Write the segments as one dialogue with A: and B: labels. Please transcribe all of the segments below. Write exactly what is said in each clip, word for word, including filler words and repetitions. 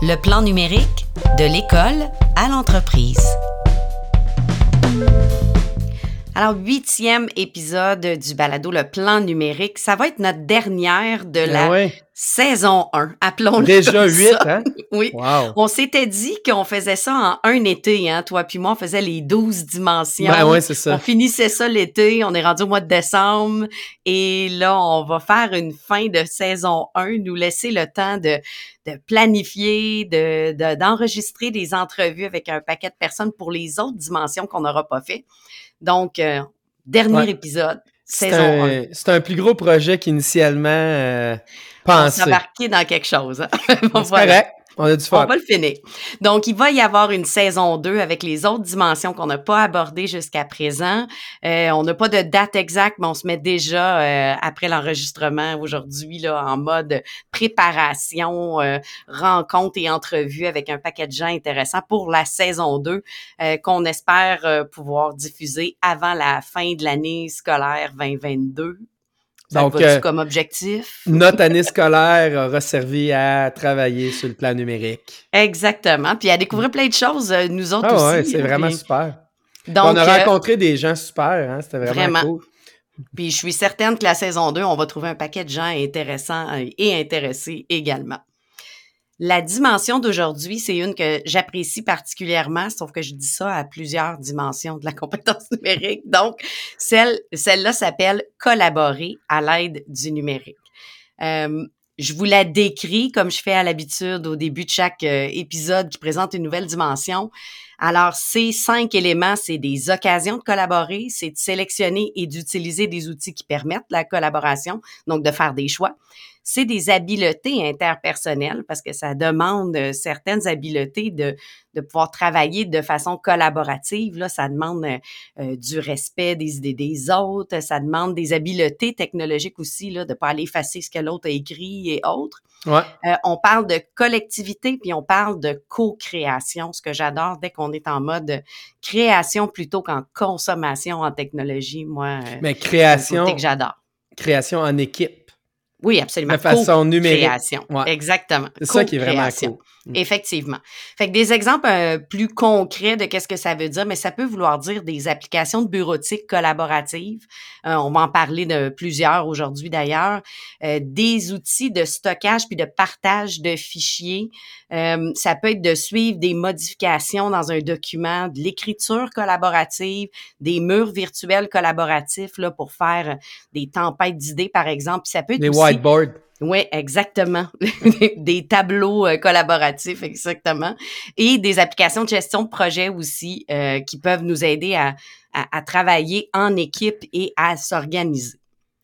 A: Le plan numérique de l'école à l'entreprise. Alors, huitième épisode du balado Le plan numérique. Ça va être notre dernière de la
B: Ah ouais.
A: saison un. Appelons-le
B: Déjà
A: comme
B: huit,
A: ça.
B: hein?
A: Oui.
B: Wow.
A: On s'était dit qu'on faisait ça en un été, hein. Toi puis moi, on faisait les douze dimensions.
B: Ben ouais, c'est ça.
A: On finissait ça l'été. On est rendu au mois de décembre. Et là, on va faire une fin de saison un, nous laisser le temps de, de planifier, de, de, d'enregistrer des entrevues avec un paquet de personnes pour les autres dimensions qu'on n'aura pas fait. Donc, euh, dernier
B: Ouais.
A: épisode,
B: C'est
A: saison un.
B: un, c'est un plus gros projet qu'initialement euh,
A: On s'est
B: pensé.
A: embarqué dans quelque chose. Hein? Bon,
B: C'est
A: voilà.
B: correct. On a du
A: On
B: fun.
A: va le finir. Donc, il va y avoir une saison deux avec les autres dimensions qu'on n'a pas abordées jusqu'à présent. Euh, on n'a pas de date exacte, mais on se met déjà, euh, après l'enregistrement aujourd'hui, là, en mode préparation, euh, rencontre et entrevue avec un paquet de gens intéressants pour la saison deux euh, qu'on espère euh, pouvoir diffuser avant la fin de l'année scolaire vingt vingt-deux. Ça
B: Donc,
A: te va-tu
B: euh,
A: comme objectif?
B: notre année scolaire aura servi à travailler sur le plan numérique.
A: Exactement. Puis à découvrir plein de choses, euh, nous autres
B: Ah ouais,
A: aussi.
B: c'est
A: hein,
B: vraiment
A: puis-
B: super.
A: Donc,
B: on a
A: euh,
B: rencontré des gens super, hein? C'était vraiment,
A: vraiment.
B: cool.
A: Puis je suis certaine que la saison deux, on va trouver un paquet de gens intéressants euh, et intéressés également. La dimension d'aujourd'hui, c'est une que j'apprécie particulièrement, sauf que je dis ça à plusieurs dimensions de la compétence numérique. Donc, celle, celle-là s'appelle « Collaborer à l'aide du numérique ». Euh, je vous la décris comme je fais à l'habitude au début de chaque euh, épisode qui présente une nouvelle dimension. Alors, ces cinq éléments, c'est des occasions de collaborer, c'est de sélectionner et d'utiliser des outils qui permettent la collaboration, donc de faire des choix. C'est des habiletés interpersonnelles parce que ça demande euh, certaines habiletés de, de pouvoir travailler de façon collaborative. Là, ça demande euh, du respect des idées des autres, ça demande des habiletés technologiques aussi, là, de ne pas aller effacer ce que l'autre a écrit et autres.
B: Ouais.
A: Euh, on parle de collectivité, puis on parle de co-création, ce que j'adore dès qu'on est en mode création plutôt qu'en consommation en technologie. Moi, euh,
B: Mais
A: c'est un côté
B: création,
A: que j'adore.
B: création en équipe,
A: Oui, absolument.
B: de façon numérique.
A: Co-création.
B: Ouais.
A: Exactement.
B: C'est ça qui est vraiment
A: Co-création.
B: cool. Mm.
A: Effectivement. Fait que des exemples euh, plus concrets de qu'est-ce que ça veut dire, mais ça peut vouloir dire des applications de bureautique collaborative. Euh, on va en parler de plusieurs aujourd'hui d'ailleurs. Euh, des outils de stockage puis de partage de fichiers. Euh, ça peut être de suivre des modifications dans un document, de l'écriture collaborative, des murs virtuels collaboratifs là pour faire des tempêtes d'idées par exemple. Puis ça peut être
B: Des
A: aussi
B: whiteboards.
A: oui, exactement. Des tableaux euh, collaboratifs, exactement. Et des applications de gestion de projet aussi euh, qui peuvent nous aider à, à, à travailler en équipe et à s'organiser.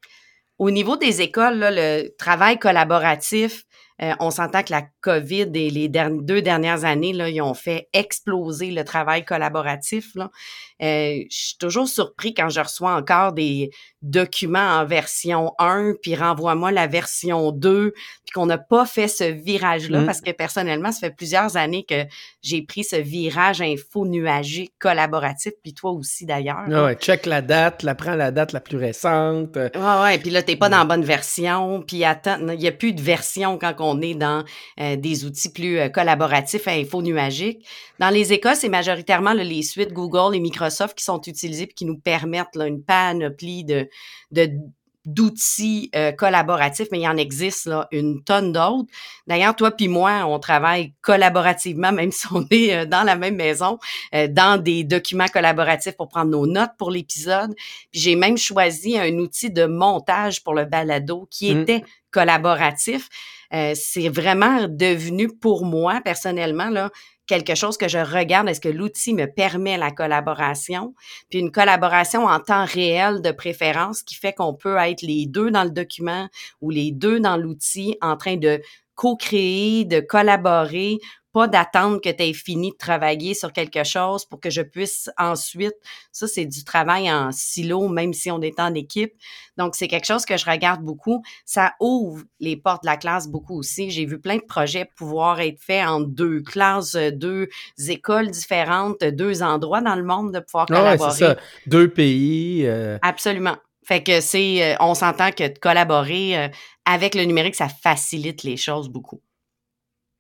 A: Au niveau des écoles, là, le travail collaboratif, euh, on s'entend que la COVID et les derniers, deux dernières années, là, ils ont fait exploser le travail collaboratif. Là. Euh, je suis toujours surpris quand je reçois encore des documents en version un, puis renvoie-moi la version deux, puis qu'on n'a pas fait ce virage-là,
B: Mm.
A: parce que personnellement, ça fait plusieurs années que j'ai pris ce virage info-nuagique collaboratif, puis toi aussi d'ailleurs.
B: Ah ouais, check la date, la prends la date la plus récente. euh,
A: Ouais, ouais, puis là, t'es pas dans la bonne version, puis attends, il n'y a plus de version quand on est dans euh, des outils plus euh, collaboratifs à info-nuagique. Dans les écoles, c'est majoritairement là, les suites Google et Microsoft qui sont utilisées puis qui nous permettent là, une panoplie de, de d'outils euh, collaboratifs, mais il y en existe là une tonne d'autres. D'ailleurs, toi puis moi, on travaille collaborativement, même si on est euh, dans la même maison, euh, dans des documents collaboratifs pour prendre nos notes pour l'épisode. Puis j'ai même choisi un outil de montage pour le balado qui
B: Mm.
A: était collaboratif. Euh, c'est vraiment devenu pour moi, personnellement, là, quelque chose que je regarde. Est-ce que l'outil me permet la collaboration? Puis une collaboration en temps réel de préférence qui fait qu'on peut être les deux dans le document ou les deux dans l'outil en train de co-créer, de collaborer, pas d'attendre que tu aies fini de travailler sur quelque chose pour que je puisse ensuite, ça c'est du travail en silo, même si on est en équipe. Donc c'est quelque chose que je regarde beaucoup. Ça ouvre les portes de la classe beaucoup aussi. J'ai vu plein de projets pouvoir être faits en deux classes, deux écoles différentes, deux endroits dans le monde de pouvoir
B: Ah ouais,
A: collaborer.
B: c'est ça. Deux pays. euh,
A: Absolument. Fait que c'est, euh, on s'entend que de collaborer euh, avec le numérique, ça facilite les choses beaucoup.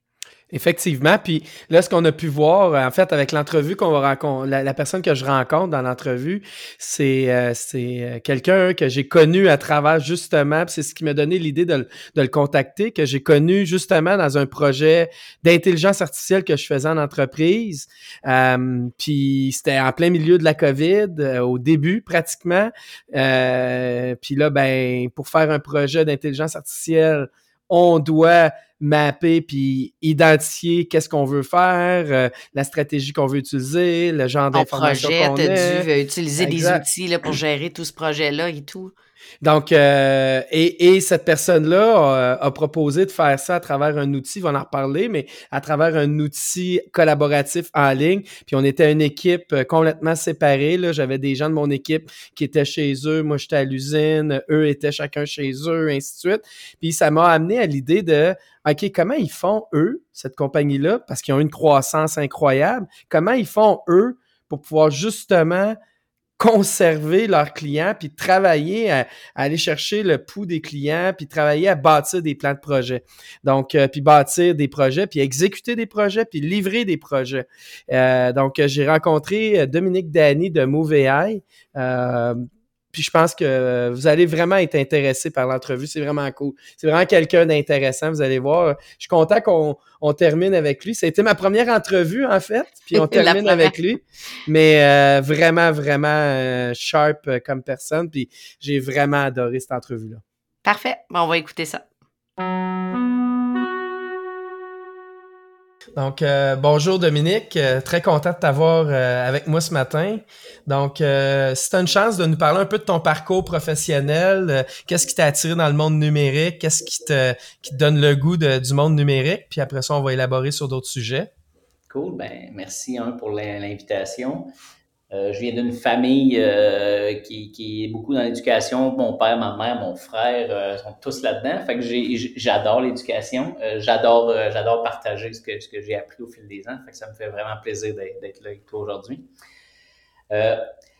B: Effectivement. Puis là, ce qu'on a pu voir, en fait, avec l'entrevue qu'on va rencontrer, la, la personne que je rencontre dans l'entrevue, c'est, euh, c'est quelqu'un que j'ai connu à travers justement, puis c'est ce qui m'a donné l'idée de, de le contacter, que j'ai connu justement dans un projet d'intelligence artificielle que je faisais en entreprise. Euh, puis c'était en plein milieu de la COVID, euh, au début pratiquement. Euh, puis là, ben, pour faire un projet d'intelligence artificielle, on doit mapper puis identifier qu'est-ce qu'on veut faire, euh, la stratégie qu'on veut utiliser, le genre
A: Ton
B: d'informations
A: projet,
B: qu'on
A: tu as
B: a.
A: dû euh, utiliser des
B: Exact.
A: outils là, pour gérer tout ce projet-là et tout.
B: Donc, euh, et, et cette personne-là a, a proposé de faire ça à travers un outil, on va en reparler, mais à travers un outil collaboratif en ligne. Puis on était une équipe complètement séparée. Là. J'avais des gens de mon équipe qui étaient chez eux, moi j'étais à l'usine, eux étaient chacun chez eux, ainsi de suite. Puis ça m'a amené à l'idée de, OK, comment ils font, eux, cette compagnie-là, parce qu'ils ont une croissance incroyable, comment ils font, eux, pour pouvoir justement conserver leurs clients, puis travailler à, à aller chercher le pouls des clients, puis travailler à bâtir des plans de projet. Donc, euh, puis bâtir des projets, puis exécuter des projets, puis livrer des projets. Euh, donc, j'ai rencontré Dominique Dany de Move A I. Euh, puis je pense que vous allez vraiment être intéressé par l'entrevue. C'est vraiment cool. C'est vraiment quelqu'un d'intéressant, vous allez voir. Je suis content qu'on on termine avec lui. Ça a été ma première entrevue, en fait, puis on termine avec lui. Mais euh, vraiment, vraiment euh, sharp euh, comme personne. Puis j'ai vraiment adoré cette entrevue-là.
A: Parfait. Bon, on va écouter ça.
B: Donc, euh, bonjour Dominique, euh, très content de t'avoir euh, avec moi ce matin. Donc, euh, si tu as une chance de nous parler un peu de ton parcours professionnel, euh, qu'est-ce qui t'a attiré dans le monde numérique, qu'est-ce qui te, qui te donne le goût de, du monde numérique, puis après ça, on va élaborer sur d'autres sujets.
C: Cool, ben merci hein, pour l'invitation. Euh, je viens d'une famille euh, qui, qui est beaucoup dans l'éducation. Mon père, ma mère, mon frère euh, sont tous là-dedans. Fait que j'ai, j'adore l'éducation. Euh, j'adore, euh, j'adore partager ce que, ce que j'ai appris au fil des ans. Fait que ça me fait vraiment plaisir d'être, d'être là avec toi aujourd'hui. Euh,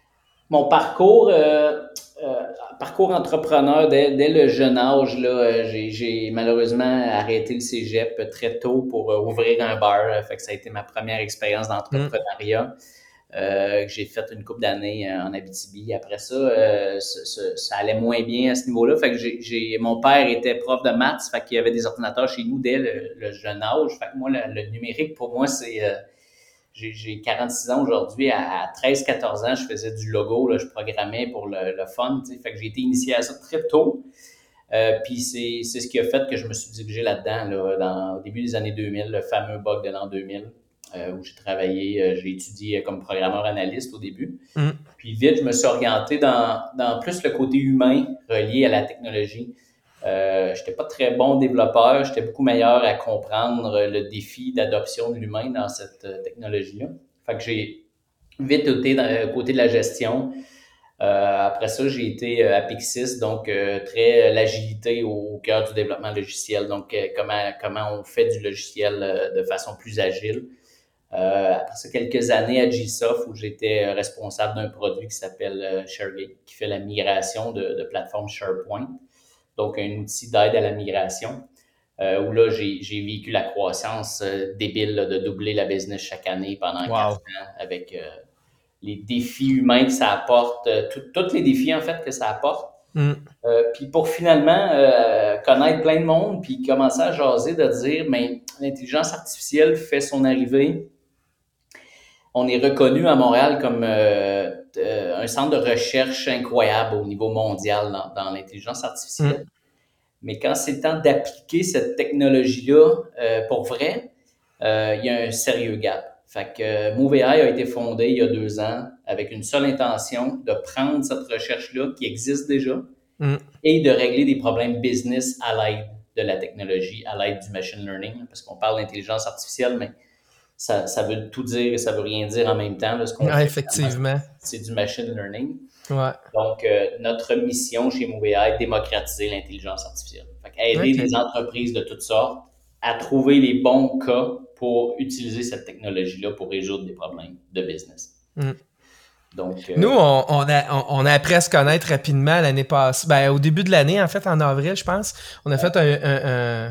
C: mon parcours, euh, euh, parcours entrepreneur dès, dès le jeune âge, là, j'ai, j'ai malheureusement arrêté le cégep très tôt pour euh, ouvrir un bar. Fait que ça a été ma première expérience d'entrepreneuriat. Mmh. Euh, j'ai fait une couple d'années euh, en Abitibi. Après ça, euh, ça, ça, ça allait moins bien à ce niveau-là. Fait que j'ai, j'ai, mon père était prof de maths, fait qu'il y avait des ordinateurs chez nous dès le, le jeune âge. Fait que moi, le, le numérique, pour moi, c'est... Euh, j'ai, j'ai quarante-six ans aujourd'hui. À, à treize quatorze ans, je faisais du logo, là, je programmais pour le, le fun. T'sais. Fait que j'ai été initié à ça très tôt. Euh, puis c'est, c'est ce qui a fait que je me suis dirigé là-dedans, là, dans, au début des années deux mille, le fameux bug de l'an deux mille. Euh, où j'ai travaillé, euh, j'ai étudié comme programmeur analyste au début. Mm. Puis vite, je me suis orienté dans, dans plus le côté humain relié à la technologie. Euh, j'étais pas très bon développeur, j'étais beaucoup meilleur à comprendre le défi d'adoption de l'humain dans cette euh, technologie-là. Fait que j'ai vite été dans le côté de la gestion. Euh, après ça, j'ai été à Pixis, donc euh, très l'agilité au cœur du développement logiciel. Donc, euh, comment, comment on fait du logiciel euh, de façon plus agile. Euh, après ça, quelques années à G Soft où j'étais responsable d'un produit qui s'appelle euh, ShareGate, qui fait la migration de, de plateforme SharePoint, donc un outil d'aide à la migration, euh, où là, j'ai, j'ai vécu la croissance euh, débile là, de doubler la business chaque année pendant wow. quatre ans avec euh, les défis humains que ça apporte, euh, tous les défis en fait que ça apporte. Mm. Euh, puis pour finalement euh, connaître plein de monde, puis commencer à jaser de dire, mais l'intelligence artificielle fait son arrivée. On est reconnu à Montréal comme euh, euh, un centre de recherche incroyable au niveau mondial dans, dans l'intelligence artificielle. Mm. Mais quand c'est le temps d'appliquer cette technologie-là euh, pour vrai, euh, il y a un sérieux gap. Fait que euh, Move A I a été fondé il y a deux ans avec une seule intention de prendre cette recherche-là qui existe déjà mm. et de régler des problèmes business à l'aide de la technologie, à l'aide du machine learning, parce qu'on parle d'intelligence artificielle, mais Ça, ça veut tout dire et ça veut rien dire en même temps. Là, ce qu'on
B: ouais,
C: fait,
B: effectivement.
C: C'est du machine learning.
B: Ouais.
C: Donc, euh, notre mission chez Move A I est démocratiser l'intelligence artificielle. Fait aider okay. des entreprises de toutes sortes à trouver les bons cas pour utiliser cette technologie-là pour résoudre des problèmes de business. Mm.
B: Donc, euh... Nous, on, on, a, on, on a appris à se connaître rapidement l'année passée. Ben, au début de l'année, en fait, en avril, je pense, on a fait un... un, un...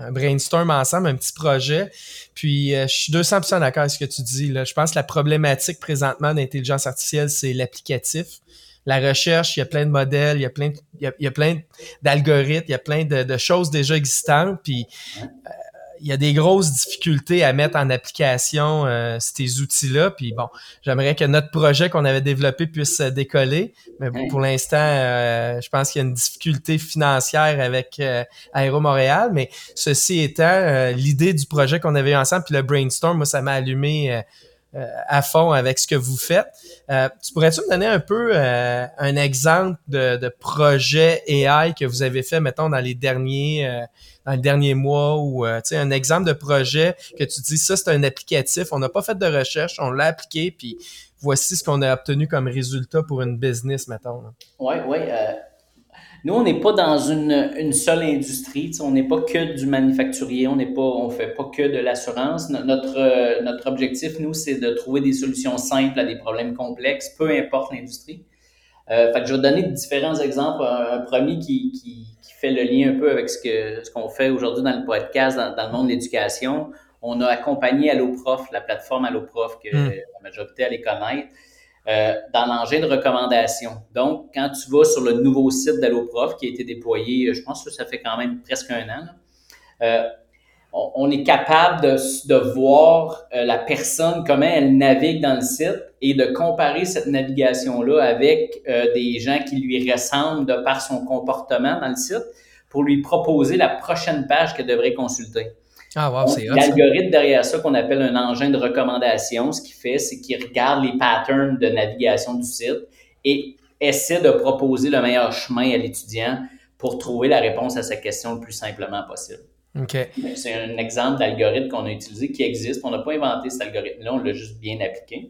B: un brainstorm ensemble, un petit projet. Puis, euh, je suis deux cents pour cent d'accord avec ce que tu dis, là. Je pense que la problématique présentement d'intelligence artificielle, c'est l'applicatif. La recherche, il y a plein de modèles, il y a plein de, il y a, il y a plein d'algorithmes, il y a plein de, de choses déjà existantes. Puis, euh, il y a des grosses difficultés à mettre en application euh, ces outils-là. Puis bon, j'aimerais que notre projet qu'on avait développé puisse décoller. Mais
C: Ouais.
B: pour l'instant, euh, je pense qu'il y a une difficulté financière avec euh, Aéro Montréal. Mais ceci étant, euh, l'idée du projet qu'on avait eu ensemble, puis le brainstorm, moi, ça m'a allumé euh, euh, à fond avec ce que vous faites. Euh, tu pourrais-tu me donner un peu euh, un exemple de, de projet A I que vous avez fait, mettons, dans les derniers... Euh, dans le dernier mois ou euh, tu sais un exemple de projet que tu dis ça c'est un applicatif, on n'a pas fait de recherche, on l'a appliqué puis voici ce qu'on a obtenu comme résultat pour une business mettons.
C: Oui, oui. Euh, nous, on n'est pas dans une, une seule industrie, tu sais, on n'est pas que du manufacturier, on n'est pas, on fait pas que de l'assurance. No- Notre, euh, notre objectif, nous, c'est de trouver des solutions simples à des problèmes complexes, peu importe l'industrie. Euh, fait que je vais donner différents exemples. Un, un premier qui, qui, qui fait le lien un peu avec ce que ce qu'on fait aujourd'hui dans le podcast, dans, dans le monde de l'éducation. On a accompagné AlloProf, la plateforme AlloProf que
B: Mm.
C: la majorité allait connaître, euh, dans l'engin de recommandation. Donc, quand tu vas sur le nouveau site d'AlloProf qui a été déployé, je pense que ça fait quand même presque un an, là, euh, on, on est capable de, de voir euh, la personne, comment elle navigue dans le site et de comparer cette navigation-là avec euh, des gens qui lui ressemblent de par son comportement dans le site pour lui proposer la prochaine page qu'elle devrait consulter.
B: Ah wow, c'est hot, ça.
C: L'algorithme derrière ça qu'on appelle un engin de recommandation, ce qu'il fait, c'est qu'il regarde les patterns de navigation du site et essaie de proposer le meilleur chemin à l'étudiant pour trouver la réponse à sa question le plus simplement possible.
B: OK.
C: C'est un exemple d'algorithme qu'on a utilisé qui existe. On n'a pas inventé cet algorithme-là, on l'a juste bien appliqué.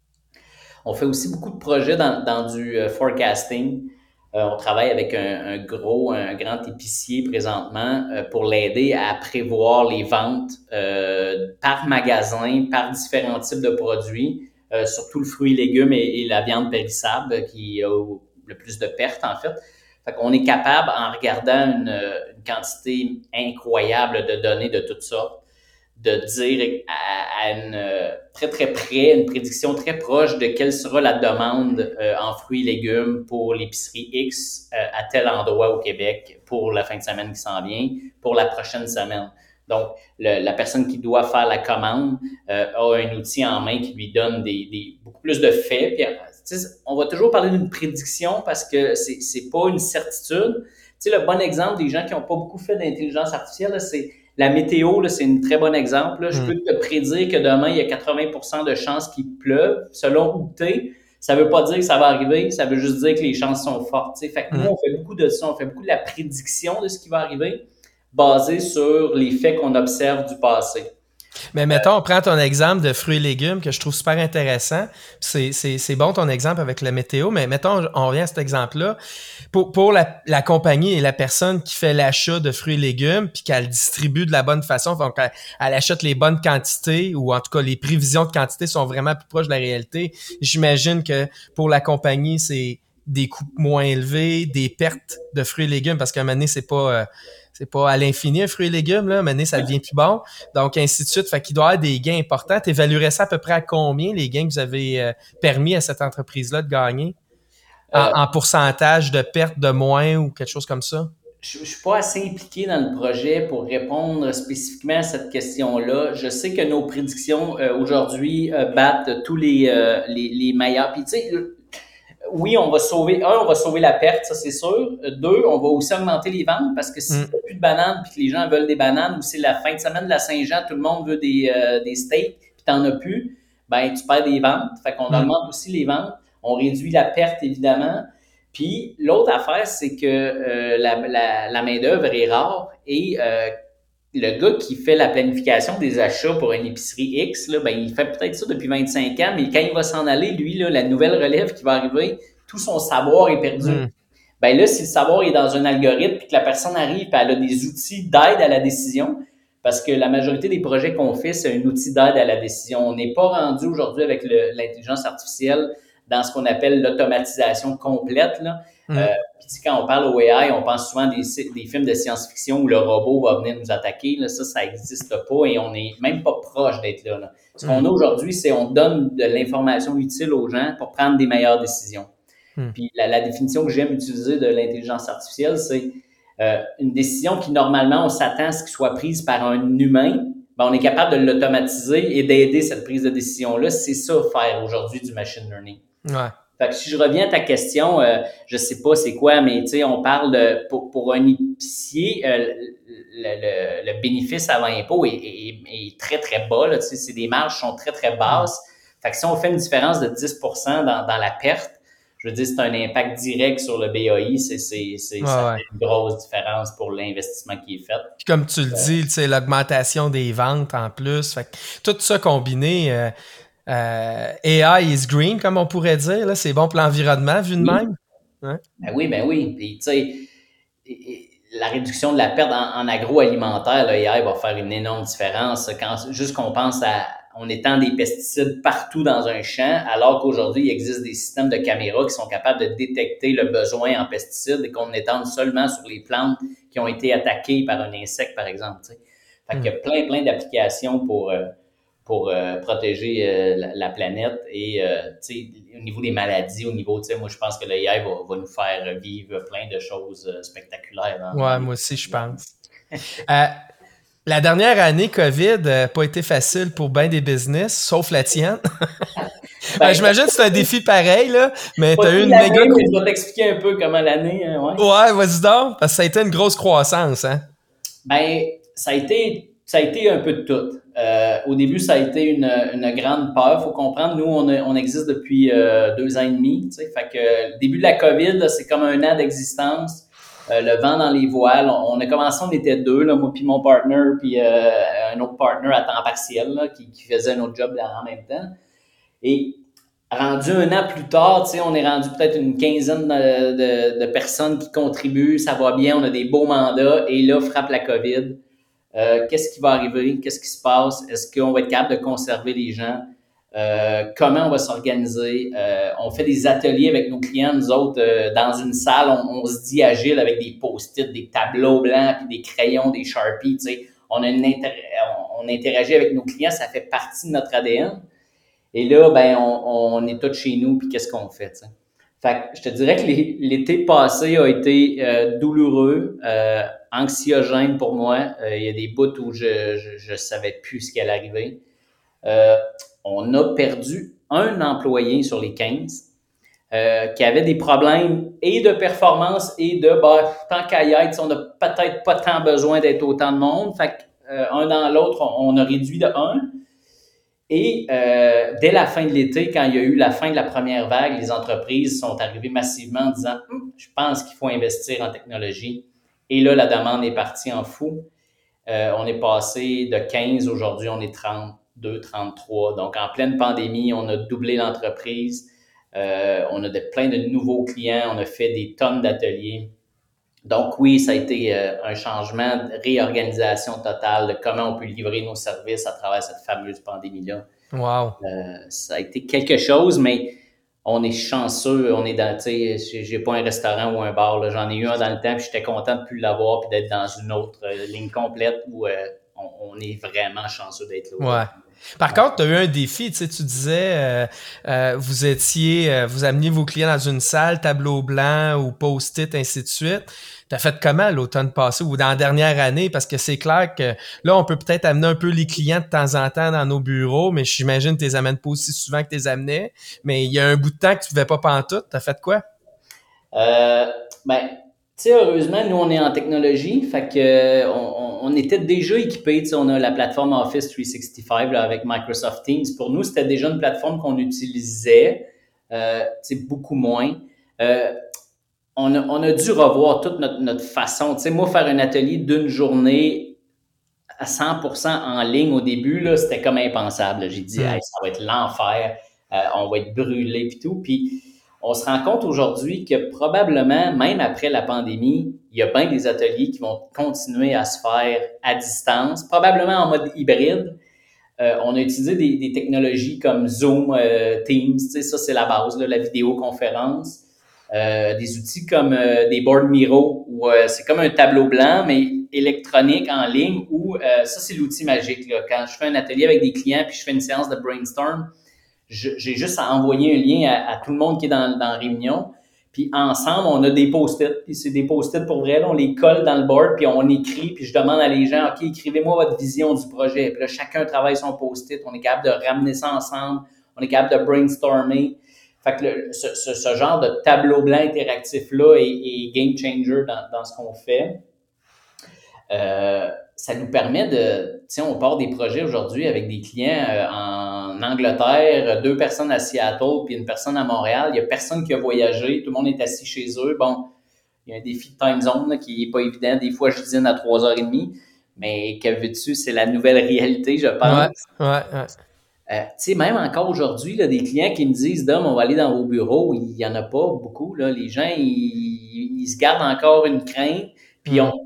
C: On fait aussi beaucoup de projets dans, dans du euh, forecasting. Euh, on travaille avec un, un gros, un grand épicier présentement euh, pour l'aider à prévoir les ventes euh, par magasin, par différents types de produits, euh, surtout le fruit et légumes et, et la viande périssable qui a le plus de pertes en fait. Fait qu'on est capable, en regardant une, une quantité incroyable de données de toutes sortes, de dire à, à une très très près, une prédiction très proche de quelle sera la demande euh, en fruits et légumes pour l'épicerie X euh, à tel endroit au Québec pour la fin de semaine qui s'en vient, pour la prochaine semaine. Donc, le, la personne qui doit faire la commande euh, a un outil en main qui lui donne des, des, beaucoup plus de faits. Puis, on va toujours parler d'une prédiction parce que c'est, c'est pas une certitude. Tu sais, le bon exemple des gens qui n'ont pas beaucoup fait d'intelligence artificielle, là, c'est la météo, là, c'est un très bon exemple. Là. Je mm. peux te prédire que demain, il y a quatre-vingts pour cent de chances qu'il pleuve. Selon où tu es, ça ne veut pas dire que ça va arriver, ça veut juste dire que les chances sont fortes. T'sais. Fait que mm. nous, on fait beaucoup de ça, on fait beaucoup de la prédiction de ce qui va arriver, basé sur les faits qu'on observe du passé.
B: Mais mettons, on prend ton exemple de fruits et légumes que je trouve super intéressant. C'est, c'est, c'est bon ton exemple avec la météo, mais mettons, on revient à cet exemple-là. Pour, pour la, la compagnie et la personne qui fait l'achat de fruits et légumes puis qu'elle distribue de la bonne façon, donc elle, elle achète les bonnes quantités ou en tout cas les prévisions de quantité sont vraiment plus proches de la réalité. J'imagine que pour la compagnie, c'est des coûts moins élevés, des pertes de fruits et légumes parce qu'à un moment donné, c'est pas... Euh, c'est pas à l'infini un fruit et légumes, là, mais ça devient plus bon. Donc, ainsi de suite. Fait qu'il doit y avoir des gains importants. Tu évaluerais ça à peu près à combien, les gains que vous avez euh, permis à cette entreprise-là de gagner? En, euh, en pourcentage de perte de moins ou quelque chose comme ça?
C: Je ne suis pas assez impliqué dans le projet pour répondre spécifiquement à cette question-là. Je sais que nos prédictions euh, aujourd'hui euh, battent tous les, euh, les, les meilleurs. Puis, tu sais, oui, on va sauver, un, on va sauver la perte, ça c'est sûr. Deux, on va aussi augmenter les ventes parce que si mm. tu n'as plus de bananes puis que les gens veulent des bananes ou c'est la fin de semaine de la Saint-Jean, tout le monde veut des, euh, des steaks puis tu n'en as plus, ben tu perds des ventes. Fait qu'on mm. augmente aussi les ventes. On réduit la perte, évidemment. Puis l'autre affaire, c'est que euh, la, la, la main-d'œuvre est rare et euh, le gars qui fait la planification des achats pour une épicerie X, là, ben, il fait peut-être ça depuis vingt-cinq ans, mais quand il va s'en aller, lui, là, la nouvelle relève qui va arriver, tout son savoir est perdu. Mm. Ben là, si le savoir est dans un algorithme puis que la personne arrive et elle a des outils d'aide à la décision, parce que la majorité des projets qu'on fait, c'est un outil d'aide à la décision. On n'est pas rendu aujourd'hui avec le, l'intelligence artificielle dans ce qu'on appelle l'automatisation complète, là.
B: Mm.
C: Euh, puis quand on parle au A I, on pense souvent des, des films de science-fiction où le robot va venir nous attaquer. Là, ça, ça n'existe pas et on n'est même pas proche d'être là, là. Ce qu'on
B: Mm.
C: a aujourd'hui, c'est on donne de l'information utile aux gens pour prendre des meilleures décisions. Mm. Puis la, la définition que j'aime utiliser de l'intelligence artificielle, c'est euh, une décision qui, normalement, on s'attend à ce qu'elle soit prise par un humain. Ben, on est capable de l'automatiser et d'aider cette prise de décision-là. C'est ça, faire aujourd'hui du machine learning.
B: Ouais.
C: Fait que si je reviens à ta question, euh, je sais pas c'est quoi, mais tu sais, on parle de, pour, pour un épicier, euh, le, le, le bénéfice avant impôt est, est, est très, très bas, là, tu sais, c'est des marges qui sont très, très basses. Fait que si on fait une différence de dix pour cent dans, dans la perte, je veux dire, c'est un impact direct sur le B A I, c'est, c'est, c'est, ouais, ça fait une grosse différence pour l'investissement qui est fait.
B: Puis comme tu le euh, dis, tu sais, l'augmentation des ventes en plus, fait que tout ça combiné, euh, Euh, A I is green, comme on pourrait dire. Là, c'est bon pour l'environnement, vu de
C: oui.
B: même.
C: Hein? Ben oui, ben oui. Puis, tu sais, la réduction de la perte en, en agroalimentaire, le A I va faire une énorme différence. Quand, juste qu'on pense à, on étend des pesticides partout dans un champ, alors qu'aujourd'hui, il existe des systèmes de caméras qui sont capables de détecter le besoin en pesticides et qu'on étende seulement sur les plantes qui ont été attaquées par un insecte, par exemple. Tu sais. Fait qu'il y a plein, plein d'applications pour... Euh, pour euh, protéger euh, la, la planète et euh, au niveau des maladies, au niveau, moi je pense que l'A I va, va nous faire vivre plein de choses euh, spectaculaires. Dans,
B: ouais,
C: dans
B: moi aussi je pense. euh, la dernière année COVID n'a pas été facile pour bien des business, sauf la tienne. ben, J'imagine que c'est un défi pareil, là, mais tu as eu une méga...
C: Mais je vais t'expliquer un peu comment l'année... Hein, ouais,
B: ouais vas-y donc, parce que ça a été une grosse croissance. Hein?
C: Ben, ça a été, ça a été un peu de tout. Euh, au début, ça a été une, une grande peur. Il faut comprendre, nous, on, a, on existe depuis euh, deux ans et demi. Tu sais, fait que le début de la COVID, là, c'est comme un an d'existence. Euh, le vent dans les voiles. On, on a commencé, on était deux, là, moi puis mon partner, puis euh, un autre partner à temps partiel là, qui, qui faisait un autre job là, en même temps. Et rendu un an plus tard, tu sais, on est rendu peut-être une quinzaine de, de, de personnes qui contribuent. Ça va bien, on a des beaux mandats. Et là, frappe la COVID. Euh, qu'est-ce qui va arriver? Qu'est-ce qui se passe? Est-ce qu'on va être capable de conserver les gens? Euh, comment on va s'organiser? Euh, on fait des ateliers avec nos clients. Nous autres, euh, dans une salle, on, on se dit agile avec des post-it, des tableaux blancs, puis des crayons, des Sharpies. Tu sais. On, a une inter- on, on interagit avec nos clients. Ça fait partie de notre A D N. Et là, ben, on, on est tous chez nous, puis qu'est-ce qu'on fait? Tu sais? Fait que je te dirais que les, l'été passé a été euh, douloureux, euh, anxiogène pour moi. Euh, il y a des bouts où je, je, je savais plus ce qui allait arriver. Euh, on a perdu un employé sur les quinze euh, qui avait des problèmes et de performance et de bah, tant qu'à y être, on n'a peut-être pas tant besoin d'être autant de monde. Fait que, euh, un dans l'autre, on, on a réduit de un. Et euh, dès la fin de l'été, quand il y a eu la fin de la première vague, les entreprises sont arrivées massivement en disant hm, « je pense qu'il faut investir en technologie ». Et là, la demande est partie en fou. Euh, on est passé de quinze, aujourd'hui, on est trente-deux, trente-trois. Donc, en pleine pandémie, on a doublé l'entreprise. Euh, on a de, plein de nouveaux clients. On a fait des tonnes d'ateliers. Donc, oui, ça a été euh, un changement de réorganisation totale de comment on peut livrer nos services à travers cette fameuse pandémie-là.
B: Wow!
C: Euh, ça a été quelque chose, mais on est chanceux. On est dans, tu sais, j'ai pas un restaurant ou un bar. Là. J'en ai eu un dans le temps, puis j'étais content de plus l'avoir, puis d'être dans une autre euh, ligne complète où euh, on, on est vraiment chanceux d'être là.
B: Ouais. Par contre, tu as eu un défi, tu sais, tu disais, euh, euh, vous étiez, euh, vous ameniez vos clients dans une salle, tableau blanc ou post-it, ainsi de suite. Tu as fait comment l'automne passé ou dans la dernière année? Parce que c'est clair que là, on peut peut-être amener un peu les clients de temps en temps dans nos bureaux, mais j'imagine que tu les amènes pas aussi souvent que tu les amenais. Mais il y a un bout de temps que tu ne pouvais pas pantoute. Tu as fait quoi?
C: Euh, ben, tu sais, heureusement, nous, on est en technologie, fait que on, on était déjà équipés, tu sais, on a la plateforme Office trois cent soixante-quinze là, avec Microsoft Teams. Pour nous, c'était déjà une plateforme qu'on utilisait, euh, tu sais, beaucoup moins. Euh, on, a, on a dû revoir toute notre, notre façon. Tu sais, moi, faire un atelier d'une journée à cent pour cent en ligne au début, là, c'était comme impensable. J'ai dit,
B: mmh.
C: hey, ça va être l'enfer, euh, on va être brûlé puis tout. Puis on se rend compte aujourd'hui que probablement, même après la pandémie, il y a bien des ateliers qui vont continuer à se faire à distance, probablement en mode hybride. Euh, on a utilisé des, des technologies comme Zoom, euh, Teams, tu sais, ça c'est la base, là, la vidéoconférence. Euh, des outils comme euh, des board Miro, où euh, c'est comme un tableau blanc, mais électronique en ligne, où euh, ça, c'est l'outil magique. Là. Quand je fais un atelier avec des clients puis je fais une séance de brainstorm, je, j'ai juste à envoyer un lien à, à tout le monde qui est dans, dans la réunion. Puis ensemble, on a des post-it. Puis c'est des post-it pour vrai. Là, on les colle dans le board, puis on écrit. Puis je demande à les gens, OK, écrivez-moi votre vision du projet. Puis là, chacun travaille son post-it. On est capable de ramener ça ensemble. On est capable de brainstormer. Fait que le, ce, ce, ce genre de tableau blanc interactif-là est, est game changer dans, dans ce qu'on fait. Euh, ça nous permet de, tu sais, on part des projets aujourd'hui avec des clients euh, en Angleterre, deux personnes à Seattle, puis une personne à Montréal. Il n'y a personne qui a voyagé, tout le monde est assis chez eux. Bon, il y a un défi de time zone là, qui n'est pas évident. Des fois, je dîne à trois heures trente, mais que veux-tu, c'est la nouvelle réalité, je pense.
B: Ouais, ouais, ouais.
C: Euh, tu sais, même encore aujourd'hui, là, des clients qui me disent « Dom, on va aller dans vos bureaux », il n'y en a pas beaucoup. Là. Les gens, ils, ils se gardent encore une crainte. Puis, on,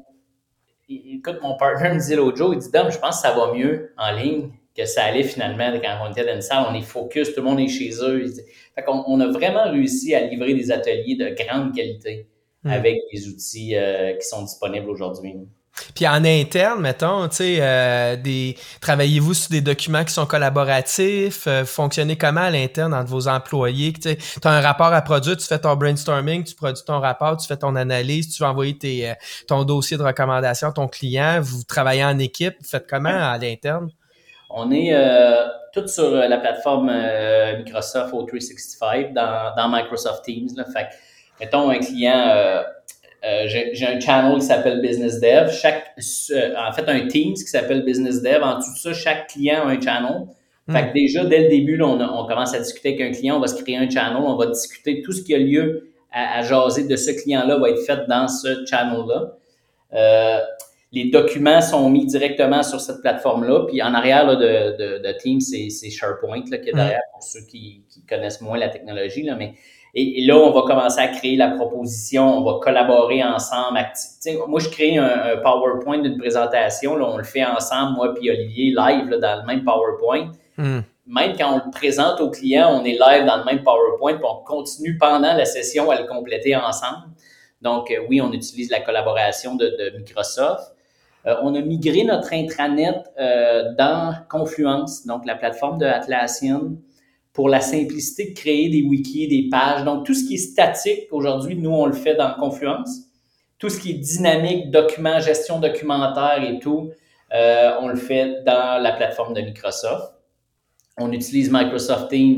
C: écoute, mon partner me disait l'autre jour, il dit « Dom, je pense que ça va mieux en ligne que ça allait finalement quand on était dans une salle. On est focus, tout le monde est chez eux. » Fait qu'on on a vraiment réussi à livrer des ateliers de grande qualité mmh. avec des outils euh, qui sont disponibles aujourd'hui.
B: Puis en interne, mettons, tu sais, euh, des travaillez-vous sur des documents qui sont collaboratifs? Euh, fonctionnez comment à l'interne entre vos employés? Tu sais, tu as un rapport à produire, tu fais ton brainstorming, tu produis ton rapport, tu fais ton analyse, tu vas envoyer tes, euh, ton dossier de recommandation à ton client, vous travaillez en équipe, vous faites comment à l'interne?
C: On est euh, tous sur la plateforme euh, Microsoft O trois cent soixante-quinze dans, dans Microsoft Teams. Là. Fait que, mettons un client... Euh, Euh, j'ai, j'ai un channel qui s'appelle Business Dev. Chaque, euh, en fait, un Teams qui s'appelle Business Dev. En dessous de ça, chaque client a un channel. Mm. Fait que déjà, dès le début, là, on, a, on commence à discuter avec un client. On va se créer un channel. On va discuter tout ce qui a lieu à, à jaser de ce client-là va être fait dans ce channel-là. Euh, les documents sont mis directement sur cette plateforme-là. Puis en arrière là, de, de, de Teams, c'est, c'est SharePoint là, qui est derrière mm. pour ceux qui, qui connaissent moins la technologie. Là, mais Et, et là, on va commencer à créer la proposition, on va collaborer ensemble. Acti- moi, je crée un, un PowerPoint d'une présentation, là, on le fait ensemble, moi puis Olivier, live là, dans le même PowerPoint. Mm. Même quand on le présente au client, on est live dans le même PowerPoint, puis on continue pendant la session à le compléter ensemble. Donc, euh, oui, on utilise la collaboration de, de Microsoft. Euh, on a migré notre intranet euh, dans Confluence, donc la plateforme de Atlassian, pour la simplicité de créer des wikis, des pages. Donc, tout ce qui est statique, aujourd'hui, nous, on le fait dans Confluence. Tout ce qui est dynamique, document, gestion documentaire et tout, euh, on le fait dans la plateforme de Microsoft. On utilise Microsoft Teams,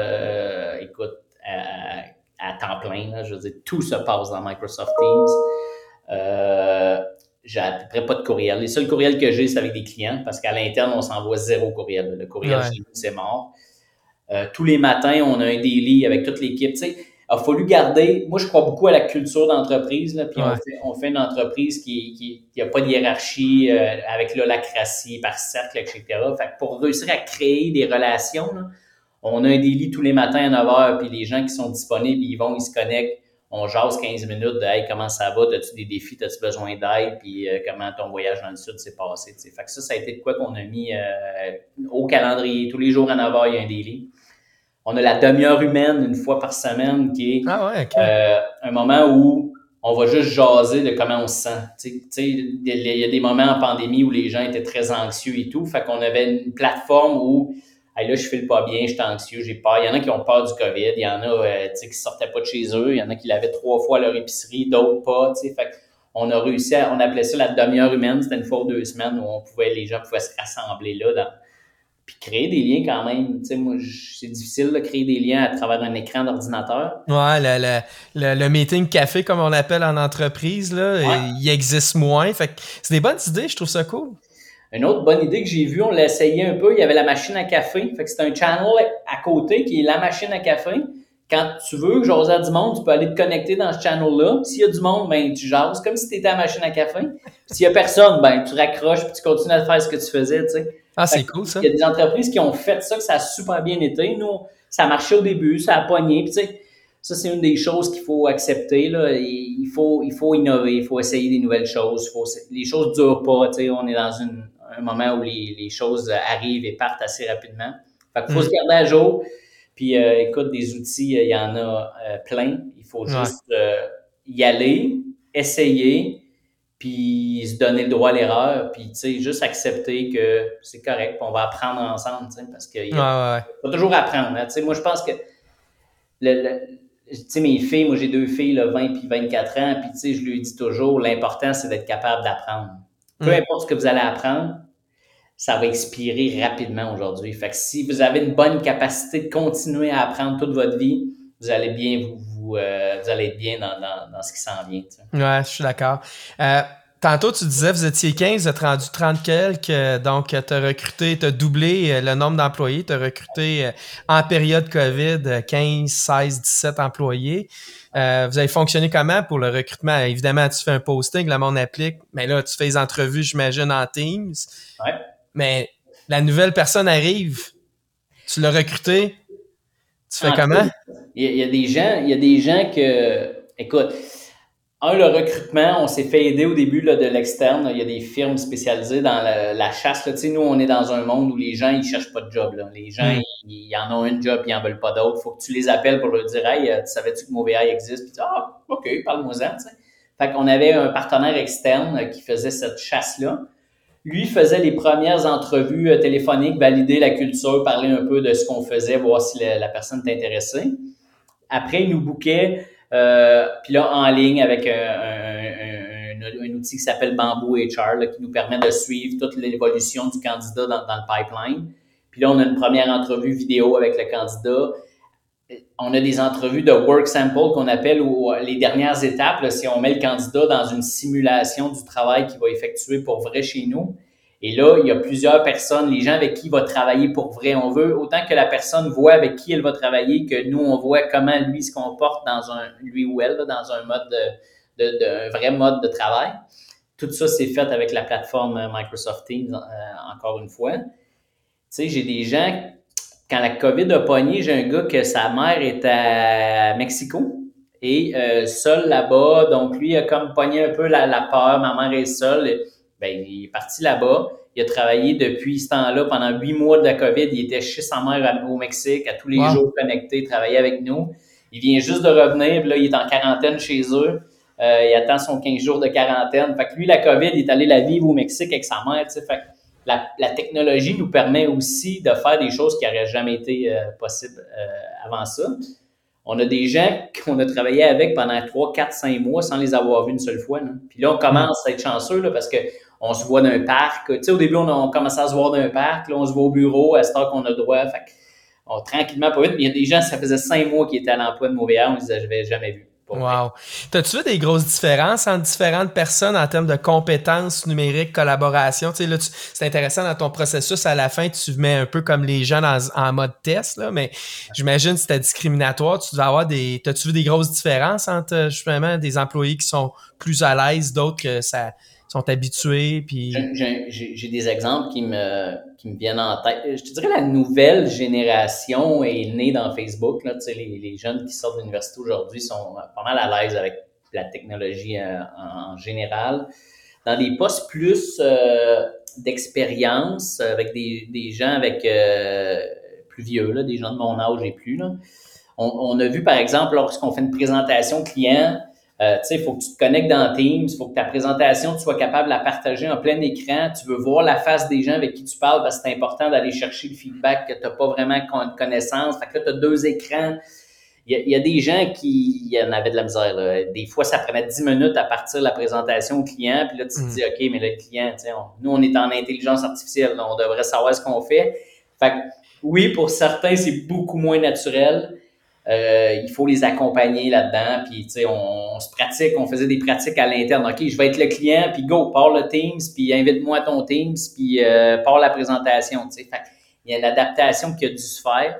C: euh, écoute, à, à temps plein. Là, je veux dire, tout se passe dans Microsoft Teams. Euh, j'ai à peu près pas de courriel. Les seuls courriels que j'ai, c'est avec des clients, parce qu'à l'interne, on s'envoie zéro courriel. Le courriel, ouais. Chez nous, c'est mort. Euh, tous les matins, on a un daily avec toute l'équipe. Tu sais, il a fallu garder... Moi, je crois beaucoup à la culture d'entreprise. Là, puis ouais. on, fait, on fait une entreprise qui qui, qui a pas de hiérarchie, euh, avec l'holacratie par cercle, et cetera. Fait que pour réussir à créer des relations, là, on a un daily tous les matins à neuf heures, puis les gens qui sont disponibles, ils vont, ils se connectent. On jase quinze minutes de « Hey, comment ça va? T'as-tu des défis? T'as-tu besoin d'aide? Puis euh, comment ton voyage dans le sud s'est passé? » T'sais. Fait que ça, ça a été de quoi qu'on a mis euh, au calendrier. Tous les jours à neuf heures, il y a un daily. On a la demi-heure humaine une fois par semaine qui est
B: ah ouais, okay.
C: euh, un moment où on va juste jaser de comment on se sent. Tu sais, il y a des moments en pandémie où les gens étaient très anxieux et tout. Fait qu'on avait une plateforme où hey, là, je file pas bien, je suis anxieux, j'ai peur. Il y en a qui ont peur du COVID, il y en a euh, tu sais, qui sortaient pas de chez eux, il y en a qui l'avaient trois fois à leur épicerie, d'autres pas. Tu sais. Fait qu'on a réussi à, on appelait ça la demi-heure humaine, c'était une fois ou deux semaines où on pouvait, les gens pouvaient se rassembler là dans. Puis créer des liens quand même, tu sais, moi, c'est difficile de créer des liens à travers un écran d'ordinateur.
B: Ouais, le, le, le, le meeting café, comme on l'appelle en entreprise, là, ouais. il existe moins. Fait que c'est des bonnes idées, je trouve ça cool.
C: Une autre bonne idée que j'ai vue, on l'a essayé un peu, il y avait la machine à café. Fait que c'est un channel à côté qui est la machine à café. Quand tu veux que j'ose à du monde, tu peux aller te connecter dans ce channel-là. S'il y a du monde, ben tu jases comme si tu étais à la machine à café. S'il y a personne, ben tu raccroches puis tu continues à faire ce que tu faisais, tu sais.
B: Ah, c'est cool, ça.
C: Il y a des entreprises qui ont fait ça, que ça a super bien été. Nous, ça marchait au début, ça a pogné. Puis, tu sais, ça, c'est une des choses qu'il faut accepter, là. Il faut, il faut innover, il faut essayer des nouvelles choses. Il faut, les choses ne durent pas, tu sais. On est dans une, un moment où les, les choses arrivent et partent assez rapidement. Fait qu'il faut mm. se garder à jour. Puis, euh, écoute, des outils, il y en a euh, plein. Il faut juste euh, y aller, essayer, puis se donner le droit à l'erreur, puis, tu sais, juste accepter que c'est correct, puis on va apprendre ensemble, tu sais, parce qu'il y a,
B: ouais, ouais.
C: faut toujours apprendre. Hein, tu sais, moi, je pense que le, le tu sais, mes filles, moi, j'ai deux filles, là, vingt puis vingt-quatre ans, puis, tu sais, je lui dis toujours, l'important, c'est d'être capable d'apprendre. Peu
B: Mm.
C: importe ce que vous allez apprendre, ça va expirer rapidement aujourd'hui. Fait que si vous avez une bonne capacité de continuer à apprendre toute votre vie, vous allez bien vous, vous, euh, vous allez être bien dans, dans, dans ce qui s'en vient. Tu sais.
B: Ouais, je suis d'accord. Euh, tantôt, tu disais, vous étiez quinze, vous êtes rendu trente quelques, donc tu as recruté, tu as doublé le nombre d'employés, tu as recruté en période COVID quinze, seize, dix-sept employés. Euh, vous avez fonctionné comment pour le recrutement? Évidemment, tu fais un posting, le monde applique, mais là, tu fais les entrevues, j'imagine, en Teams.
C: Ouais.
B: Mais la nouvelle personne arrive, tu l'as recruté, tu fais
C: en
B: comment?
C: Il y, a, il y a des gens, il y a des gens que, écoute, un, le recrutement, on s'est fait aider au début là, de l'externe. Il y a des firmes spécialisées dans la, la chasse. Là. Tu sais, nous, on est dans un monde où les gens, ils cherchent pas de job. Là. Les gens, mm. ils, ils en ont un job, ils en veulent pas d'autre. Faut que tu les appelles pour leur dire, hey, tu savais-tu que Moveail existe? Puis tu dis, ah, OK, parle-moi-en. Tu sais. Fait qu'on avait un partenaire externe qui faisait cette chasse-là. Lui faisait les premières entrevues téléphoniques, valider la culture, parler un peu de ce qu'on faisait, voir si la, la personne est intéressée. Après, il nous bookait, euh, puis là, en ligne avec un, un, un, un outil qui s'appelle Bamboo H R, là, qui nous permet de suivre toute l'évolution du candidat dans, dans le pipeline. Puis là, on a une première entrevue vidéo avec le candidat. On a des entrevues de work sample qu'on appelle, où les dernières étapes, là, si on met le candidat dans une simulation du travail qu'il va effectuer pour vrai chez nous. Et là, il y a plusieurs personnes, les gens avec qui il va travailler pour vrai. On veut autant que la personne voit avec qui elle va travailler, que nous, on voit comment lui se comporte dans un, lui ou elle, là, dans un mode de, de, de, un vrai mode de travail. Tout ça, c'est fait avec la plateforme Microsoft Teams, euh, encore une fois. Tu sais, j'ai des gens... Quand la COVID a pogné, j'ai un gars que sa mère est à Mexico et euh, seul là-bas. Donc, lui, il a comme pogné un peu la, la peur. Ma mère est seule. Ben, il est parti là-bas. Il a travaillé depuis ce temps-là. Pendant huit mois de la COVID, il était chez sa mère au Mexique, à tous les wow. jours connecté, il travaillait avec nous. Il vient juste de revenir. Là, il est en quarantaine chez eux. Euh, il attend son quinze jours de quarantaine. Fait que lui, la COVID, il est allé la vivre au Mexique avec sa mère. Tu sais, fait que La, la technologie nous permet aussi de faire des choses qui n'auraient jamais été euh, possibles euh, avant ça. On a des gens qu'on a travaillé avec pendant trois, quatre, cinq mois sans les avoir vus une seule fois. Là. Puis là, on commence à être chanceux là, parce qu'on se voit d'un parc. Tu sais, au début, on a on commencé à se voir d'un parc. Là, on se voit au bureau à cette heure qu'on a le droit. Fait on, tranquillement, pas vite. Mais il y a des gens, ça faisait cinq mois qu'ils étaient à l'emploi de Moveail. On disait, je n'avais jamais vu.
B: Wow. T'as-tu vu des grosses différences entre différentes personnes en termes de compétences numériques, collaboration? Tu sais, là, tu, c'est intéressant dans ton processus, à la fin, tu mets un peu comme les gens dans, en mode test, là, mais j'imagine que c'était discriminatoire. Tu dois avoir des. T'as-tu vu des grosses différences entre justement des employés qui sont plus à l'aise, d'autres que ça sont habitués? Puis...
C: J'ai, j'ai, j'ai des exemples qui me, qui me viennent en tête. Je te dirais la nouvelle génération est née dans Facebook. Là, tu sais, les, les jeunes qui sortent de l'université aujourd'hui sont pas mal à l'aise avec la technologie en, en général. Dans des postes plus euh, d'expérience, avec des, des gens avec euh, plus vieux, là, des gens de mon âge et plus, là, on, on a vu par exemple lorsqu'on fait une présentation client, Euh, tu sais, il faut que tu te connectes dans Teams, il faut que ta présentation, tu sois capable de la partager en plein écran. Tu veux voir la face des gens avec qui tu parles parce que c'est important d'aller chercher le feedback que tu n'as pas vraiment de connaissance. Fait que là, tu as deux écrans. Il y, a, il y a des gens qui il y en avaient de la misère. Là. Des fois, ça prenait dix minutes à partir de la présentation au client. Puis là, tu te dis, OK, mais là, le client, tu sais, on, nous, on est en intelligence artificielle. Là, on devrait savoir ce qu'on fait. Fait que oui, pour certains, c'est beaucoup moins naturel. Euh, il faut les accompagner là-dedans, puis tu sais, on, on se pratique, on faisait des pratiques à l'interne. OK, je vais être le client, puis go, pars le Teams, puis invite-moi à ton Teams, puis euh, pars la présentation, tu sais. Fait il y a l'adaptation qui a dû se faire.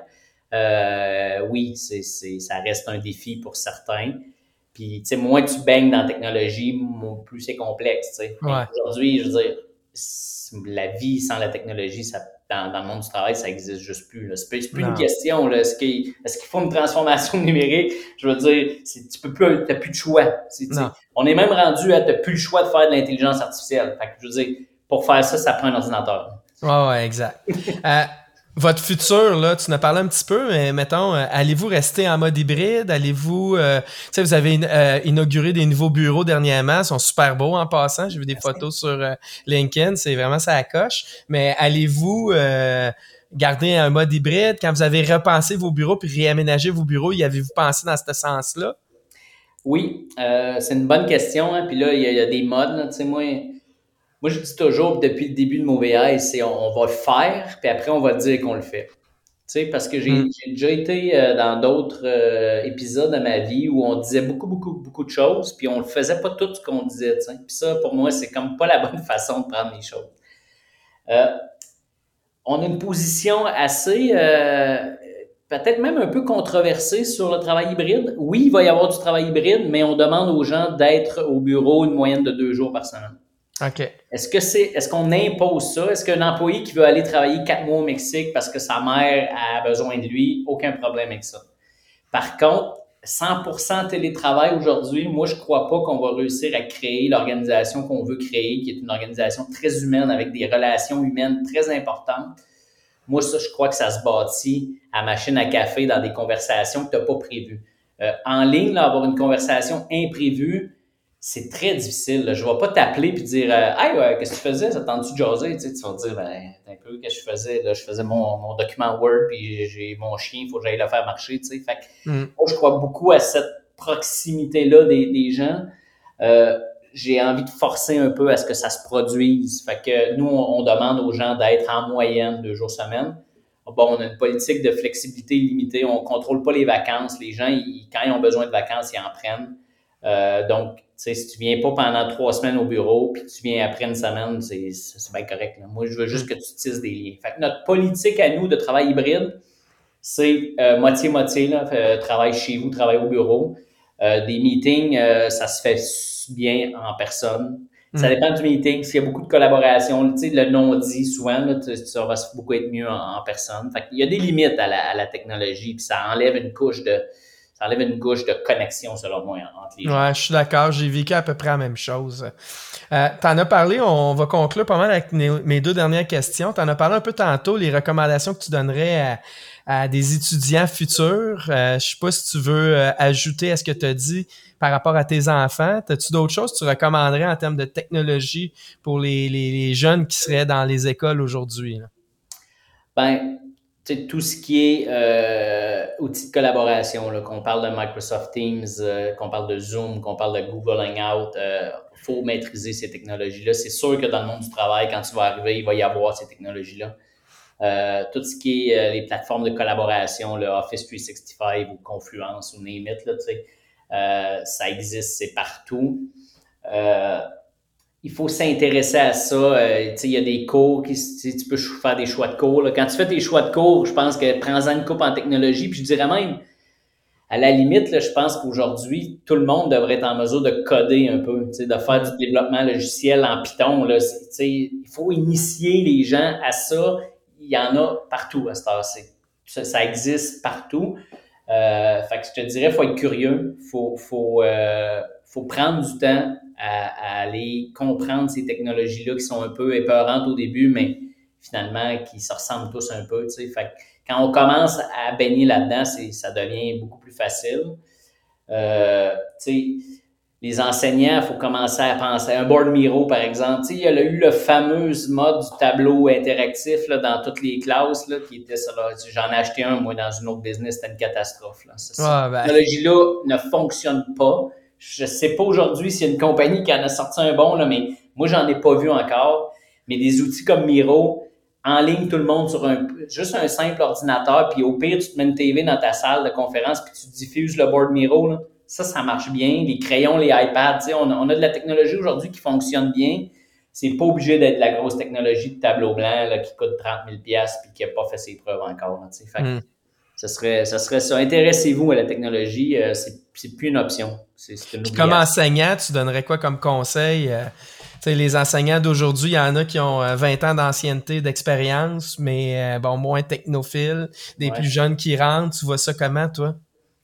C: Euh, oui, c'est, c'est, ça reste un défi pour certains. Puis, tu sais, moins tu baignes dans la technologie, plus c'est complexe, tu sais.
B: Ouais.
C: Aujourd'hui, je veux dire, la vie sans la technologie, ça Dans, dans le monde du travail, ça n'existe juste plus. Là. C'est, c'est plus non. Une question. Là. Est-ce, qu'il, est-ce qu'il faut une transformation numérique? Je veux dire, c'est, tu peux plus, t'as plus de choix. C'est, on est même rendu à t'as plus le choix de faire de l'intelligence artificielle. Fait que, je veux dire, pour faire ça, ça prend un ordinateur.
B: Ouais, ouais, exact. euh, Votre futur, là, tu en as parlé un petit peu, mais mettons, euh, allez-vous rester en mode hybride? Allez-vous, euh, tu sais, vous avez euh, inauguré des nouveaux bureaux dernièrement, ils sont super beaux en passant. J'ai vu des
C: Merci.
B: photos sur euh, LinkedIn, c'est vraiment ça à coche. Mais allez-vous euh, garder un mode hybride? Quand vous avez repensé vos bureaux puis réaménagé vos bureaux, y avez-vous pensé dans ce sens-là?
C: Oui, euh, c'est une bonne question. Hein. Puis là, il y, a- il y a des modes. Là. Tu sais, moi, moi, je dis toujours, depuis le début de mon V I, c'est on, on va le faire, puis après, on va dire qu'on le fait. Tu sais, parce que j'ai
B: Hmm.
C: j'ai déjà été euh, dans d'autres euh, épisodes de ma vie où on disait beaucoup, beaucoup, beaucoup de choses, puis on ne faisait pas tout ce qu'on disait. Tu sais. Puis ça, pour moi, c'est comme pas la bonne façon de prendre les choses. Euh, on a une position assez, euh, peut-être même un peu controversée sur le travail hybride. Oui, il va y avoir du travail hybride, mais on demande aux gens d'être au bureau une moyenne de deux jours par semaine.
B: OK.
C: Est-ce que c'est, est-ce qu'on impose ça? Est-ce qu'un employé qui veut aller travailler quatre mois au Mexique parce que sa mère a besoin de lui, aucun problème avec ça. Par contre, cent pour cent télétravail aujourd'hui, moi, je crois pas qu'on va réussir à créer l'organisation qu'on veut créer, qui est une organisation très humaine avec des relations humaines très importantes. Moi, ça, je crois que ça se bâtit à machine à café dans des conversations que tu n'as pas prévues. Euh, en ligne, là, avoir une conversation imprévue, c'est très difficile. Là. Je ne vais pas t'appeler et dire euh, Hey, ouais, qu'est-ce que tu faisais? Ça tente-tu de jaser? Tu sais, tu vas te dire ben, un peu, qu'est-ce que je faisais? Là, je faisais mon, mon document Word puis j'ai mon chien, il faut que j'aille le faire marcher. Tu sais. Fait que,
B: Hmm.
C: moi, je crois beaucoup à cette proximité-là des, des gens. Euh, j'ai envie de forcer un peu à ce que ça se produise. Fait que nous, on, on demande aux gens d'être en moyenne deux jours semaine. Bon, on a une politique de flexibilité limitée. On ne contrôle pas les vacances. Les gens, ils, quand ils ont besoin de vacances, ils en prennent. Euh, donc, tu sais, si tu viens pas pendant trois semaines au bureau, puis tu viens après une semaine, c'est, c'est bien correct. Là. Moi, je veux juste que tu tisses des liens. Fait que notre politique à nous de travail hybride, c'est euh, moitié-moitié, là, euh, travail chez vous, travail au bureau. Euh, des meetings, euh, ça se fait bien en personne. Ça
B: Hmm.
C: dépend du meeting. S'il y a beaucoup de collaboration, tu sais, le non-dit, souvent, là, ça va beaucoup être mieux en, en personne. Fait qu'il y a des limites à la, à la technologie, puis ça enlève une couche de ça enlève une couche de connexion, selon moi, entre les gens.
B: Ouais, je suis d'accord. J'ai vécu à peu près la même chose. Euh, t'en as parlé, on va conclure pas mal avec mes deux dernières questions. T'en as parlé un peu tantôt, les recommandations que tu donnerais à, à des étudiants futurs. Euh, je sais pas si tu veux euh, ajouter à ce que tu as dit par rapport à tes enfants. As-tu d'autres choses que tu recommanderais en termes de technologie pour les, les, les jeunes qui seraient dans les écoles aujourd'hui, là?
C: Ben, tu sais, tout ce qui est euh, outils de collaboration, là, qu'on parle de Microsoft Teams, euh, qu'on parle de Zoom, qu'on parle de Google Hangout, il euh, faut maîtriser ces technologies-là. C'est sûr que dans le monde du travail, quand tu vas arriver, il va y avoir ces technologies-là. Euh, tout ce qui est euh, les plateformes de collaboration, le Office trois cent soixante-quinze ou Confluence ou Name it, là, tu sais, euh, ça existe, c'est partout. Euh, il faut s'intéresser à ça. Euh, il y a des cours, qui, tu peux faire des choix de cours. Là. Quand tu fais tes choix de cours, je pense que prends-en une coupe en technologie. Puis je dirais même, à la limite, là, je pense qu'aujourd'hui, tout le monde devrait être en mesure de coder un peu, de faire du développement logiciel en Python. Là. Il faut initier les gens à ça. Il y en a partout à cette heure-ci. Ça, ça existe partout. Euh, fait que je te dirais, il faut être curieux. Il faut, faut, euh, faut prendre du temps à, à aller comprendre ces technologies-là qui sont un peu épeurantes au début, mais finalement qui se ressemblent tous un peu. Tu sais. Fait que quand on commence à baigner là-dedans, c'est, ça devient beaucoup plus facile. Euh, tu sais, les enseignants, il faut commencer à penser. Un board Miro, par exemple, tu sais, il y a eu le fameux mode du tableau interactif là, dans toutes les classes là, qui était ça. Là. J'en ai acheté un, moi, dans une autre business, c'était une catastrophe. Là. Ça,
B: Ah,
C: cette
B: ben.
C: technologie-là ne fonctionne pas. Je ne sais pas aujourd'hui s'il y a une compagnie qui en a sorti un bon, là, mais moi, j'en ai pas vu encore. Mais des outils comme Miro, en ligne, tout le monde sur un juste un simple ordinateur, puis au pire, tu te mets une T V dans ta salle de conférence, puis tu diffuses le board Miro, là. Ça, ça marche bien. Les crayons, les iPads, on a, on a de la technologie aujourd'hui qui fonctionne bien. C'est pas obligé d'être de la grosse technologie de tableau blanc là, qui coûte trente mille dollars puis qui n'a pas fait ses preuves encore. Là, fait mm. ça, serait, ça serait ça. Intéressez-vous à la technologie. Euh, c'est, c'est plus une option. C'est, c'est une
B: comme enseignant, tu donnerais quoi comme conseil? Euh, les enseignants d'aujourd'hui, il y en a qui ont vingt ans d'ancienneté, d'expérience, mais euh, bon, moins technophiles, des ouais. plus jeunes qui rentrent. Tu vois ça comment, toi?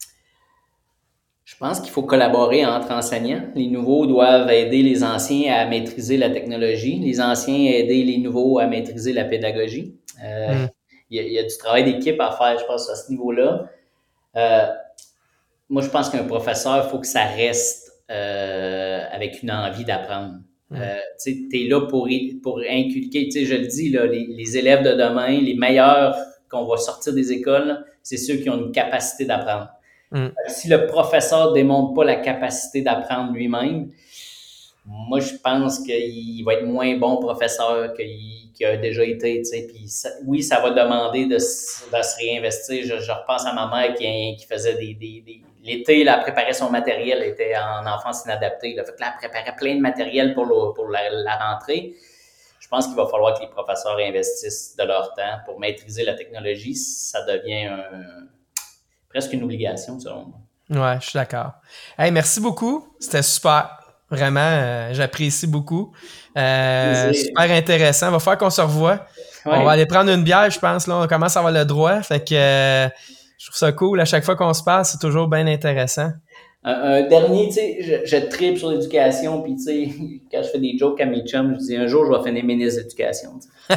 C: Je pense qu'il faut collaborer entre enseignants. Les nouveaux doivent aider les anciens à maîtriser la technologie. Les anciens aider les nouveaux à maîtriser la pédagogie. Euh, mm. il y a, il y a du travail d'équipe à faire, je pense, à ce niveau-là. Euh, moi, je pense qu'un professeur, il faut que ça reste euh, avec une envie d'apprendre. Mm. Euh, tu es là pour, pour inculquer, je le dis, là, les, les élèves de demain, les meilleurs qu'on va sortir des écoles, c'est ceux qui ont une capacité d'apprendre. Mm. Si le professeur ne démontre pas la capacité d'apprendre lui-même, moi, je pense qu'il va être moins bon professeur qu'il, qu'il a déjà été. Puis ça, oui, ça va demander de, de se réinvestir. Je, je repense à ma mère qui, qui faisait des, des, des... L'été, elle préparait son matériel, elle était en enfance inadaptée. Là. Fait que là, elle préparait plein de matériel pour, le, pour la, la rentrée. Je pense qu'il va falloir que les professeurs investissent de leur temps pour maîtriser la technologie. Ça devient un, presque une obligation, selon moi.
B: Ouais, je suis d'accord. Hey, merci beaucoup. C'était super. Vraiment, euh, j'apprécie beaucoup. Euh, super intéressant. Il va falloir qu'on se revoie. Ouais. On va aller prendre une bière, je pense. Là, on commence à avoir le droit. Fait que euh, je trouve ça cool. À chaque fois qu'on se passe, c'est toujours bien intéressant.
C: Un, un dernier, tu sais, je, je tripe sur l'éducation. Puis, tu sais, quand je fais des jokes à mes chums, je dis un jour, je vais finir ministre de l'éducation.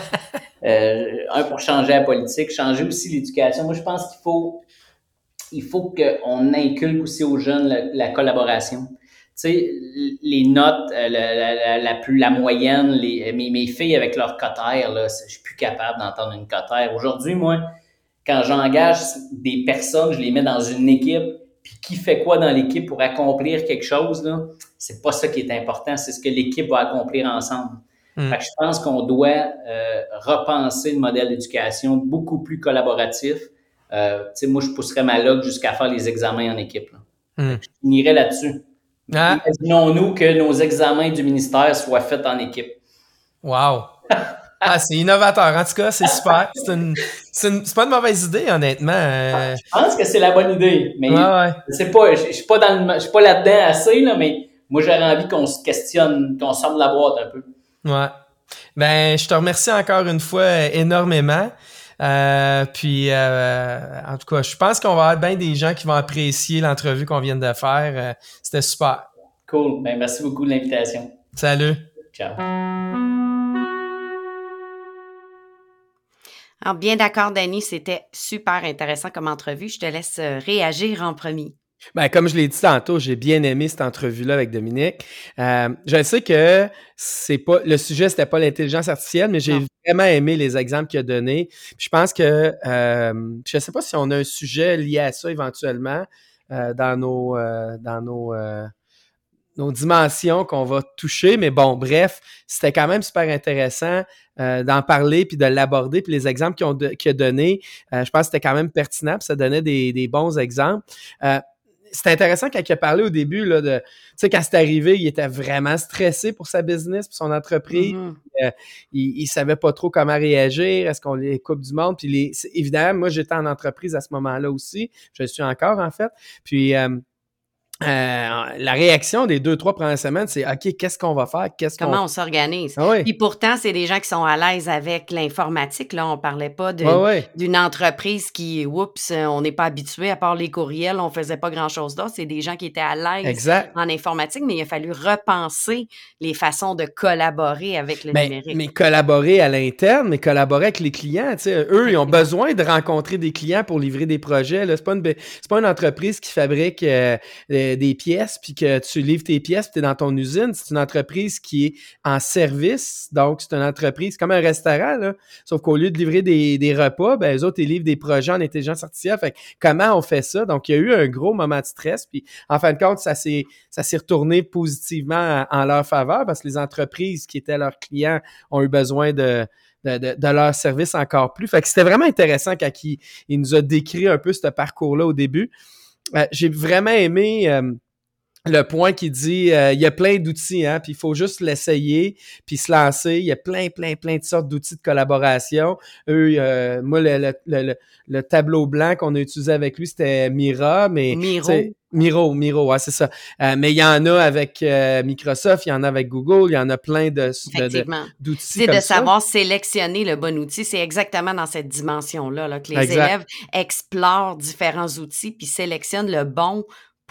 C: euh, un, pour changer la politique, changer aussi l'éducation. Moi, je pense qu'il faut, il faut qu'on inculque aussi aux jeunes la, la collaboration. Tu sais, les notes, la, la, la, la, plus, la moyenne, les, mes, mes filles avec leur cotère, là, je suis plus capable d'entendre une cotère. Aujourd'hui, moi, quand j'engage des personnes, je les mets dans une équipe, puis qui fait quoi dans l'équipe pour accomplir quelque chose, là, c'est pas ça qui est important, c'est ce que l'équipe va accomplir ensemble. Mmh. Fait que je pense qu'on doit euh, repenser le modèle d'éducation beaucoup plus collaboratif. Euh, tu sais, moi, je pousserais ma log jusqu'à faire les examens en équipe. Là. Mmh. Je finirais là-dessus. Ah. Imaginons-nous que nos examens du ministère soient faits en équipe.
B: Wow! Ah, c'est innovateur. En tout cas, c'est super. C'est, une, c'est, une, c'est pas une mauvaise idée, honnêtement.
C: Je pense que c'est la bonne idée. Mais
B: ouais, ouais.
C: je sais pas, je, je suis pas dans le, je suis pas là-dedans assez, là, mais moi, j'aurais envie qu'on se questionne, qu'on sorte de la boîte un peu.
B: Ouais. Ben, je te remercie encore une fois énormément. Euh, puis, euh, en tout cas, je pense qu'on va avoir bien des gens qui vont apprécier l'entrevue qu'on vient de faire. Euh, c'était super.
C: Cool. Ben, merci beaucoup de l'invitation.
B: Salut.
C: Ciao.
A: Alors, bien d'accord, Danny, c'était super intéressant comme entrevue. Je te laisse réagir en premier.
B: Ben, comme je l'ai dit tantôt, j'ai bien aimé cette entrevue-là avec Dominique. Euh, je sais que c'est pas le sujet, c'était pas l'intelligence artificielle, mais j'ai non. vraiment aimé les exemples qu'il a donnés. Puis je pense que euh, je sais pas si on a un sujet lié à ça éventuellement euh, dans nos euh, dans nos euh, nos dimensions qu'on va toucher, mais bon, bref, c'était quand même super intéressant euh, d'en parler puis de l'aborder, puis les exemples qu'il, ont de, qu'il a donnés, euh, je pense que c'était quand même pertinent, puis ça donnait des, des bons exemples. Euh, c'est intéressant quand il a parlé au début, là, de, tu sais, quand c'est arrivé, il était vraiment stressé pour sa business, pour son entreprise. Mm-hmm. Euh, il, il savait pas trop comment réagir, est-ce qu'on les coupe du monde, puis les, évidemment, moi, j'étais en entreprise à ce moment-là aussi, je le suis encore, en fait, puis... Euh, Euh, la réaction des deux, trois premières semaines, c'est OK, qu'est-ce qu'on va faire? Qu'est-ce
A: Comment
B: qu'on...
A: on s'organise?
B: Ah oui.
A: Puis pourtant, c'est des gens qui sont à l'aise avec l'informatique. Là, on parlait pas de,
B: ah oui.
A: d'une entreprise qui, oups, on n'est pas habitué, à part les courriels, on faisait pas grand-chose d'autre. C'est des gens qui étaient à l'aise
B: exact.
A: en informatique, mais il a fallu repenser les façons de collaborer avec le
B: mais,
A: numérique.
B: Mais collaborer à l'interne, mais collaborer avec les clients. Tu sais, eux, ils ont besoin de rencontrer des clients pour livrer des projets. Là. C'est pas une, c'est pas une entreprise qui fabrique euh, des pièces, puis que tu livres tes pièces, puis tu es dans ton usine. C'est une entreprise qui est en service, donc c'est une entreprise comme un restaurant, là. Sauf qu'au lieu de livrer des, des repas, ben eux autres, ils livrent des projets en intelligence artificielle. Fait que comment on fait ça? Donc, il y a eu un gros moment de stress, puis en fin de compte, ça s'est, ça s'est retourné positivement en leur faveur, parce que les entreprises qui étaient leurs clients ont eu besoin de De, de, de leur service encore plus. Fait que c'était vraiment intéressant quand il, il nous a décrit un peu ce parcours-là au début. Euh, j'ai vraiment aimé euh, le point qui dit euh, il y a plein d'outils, hein, puis il faut juste l'essayer, puis se lancer. Il y a plein, plein, plein de sortes d'outils de collaboration. Eux, euh, moi, le, le, le, le tableau blanc qu'on a utilisé avec lui, c'était Mira, mais
A: Miro.
B: Miro, Miro, ouais, c'est ça. Euh, mais il y en a avec euh, Microsoft, il y en a avec Google, il y en a plein de, de, de d'outils
A: c'est
B: comme
A: de
B: ça.
A: savoir sélectionner le bon outil. C'est exactement dans cette dimension-là là, que les
B: exact.
A: élèves explorent différents outils puis sélectionnent le bon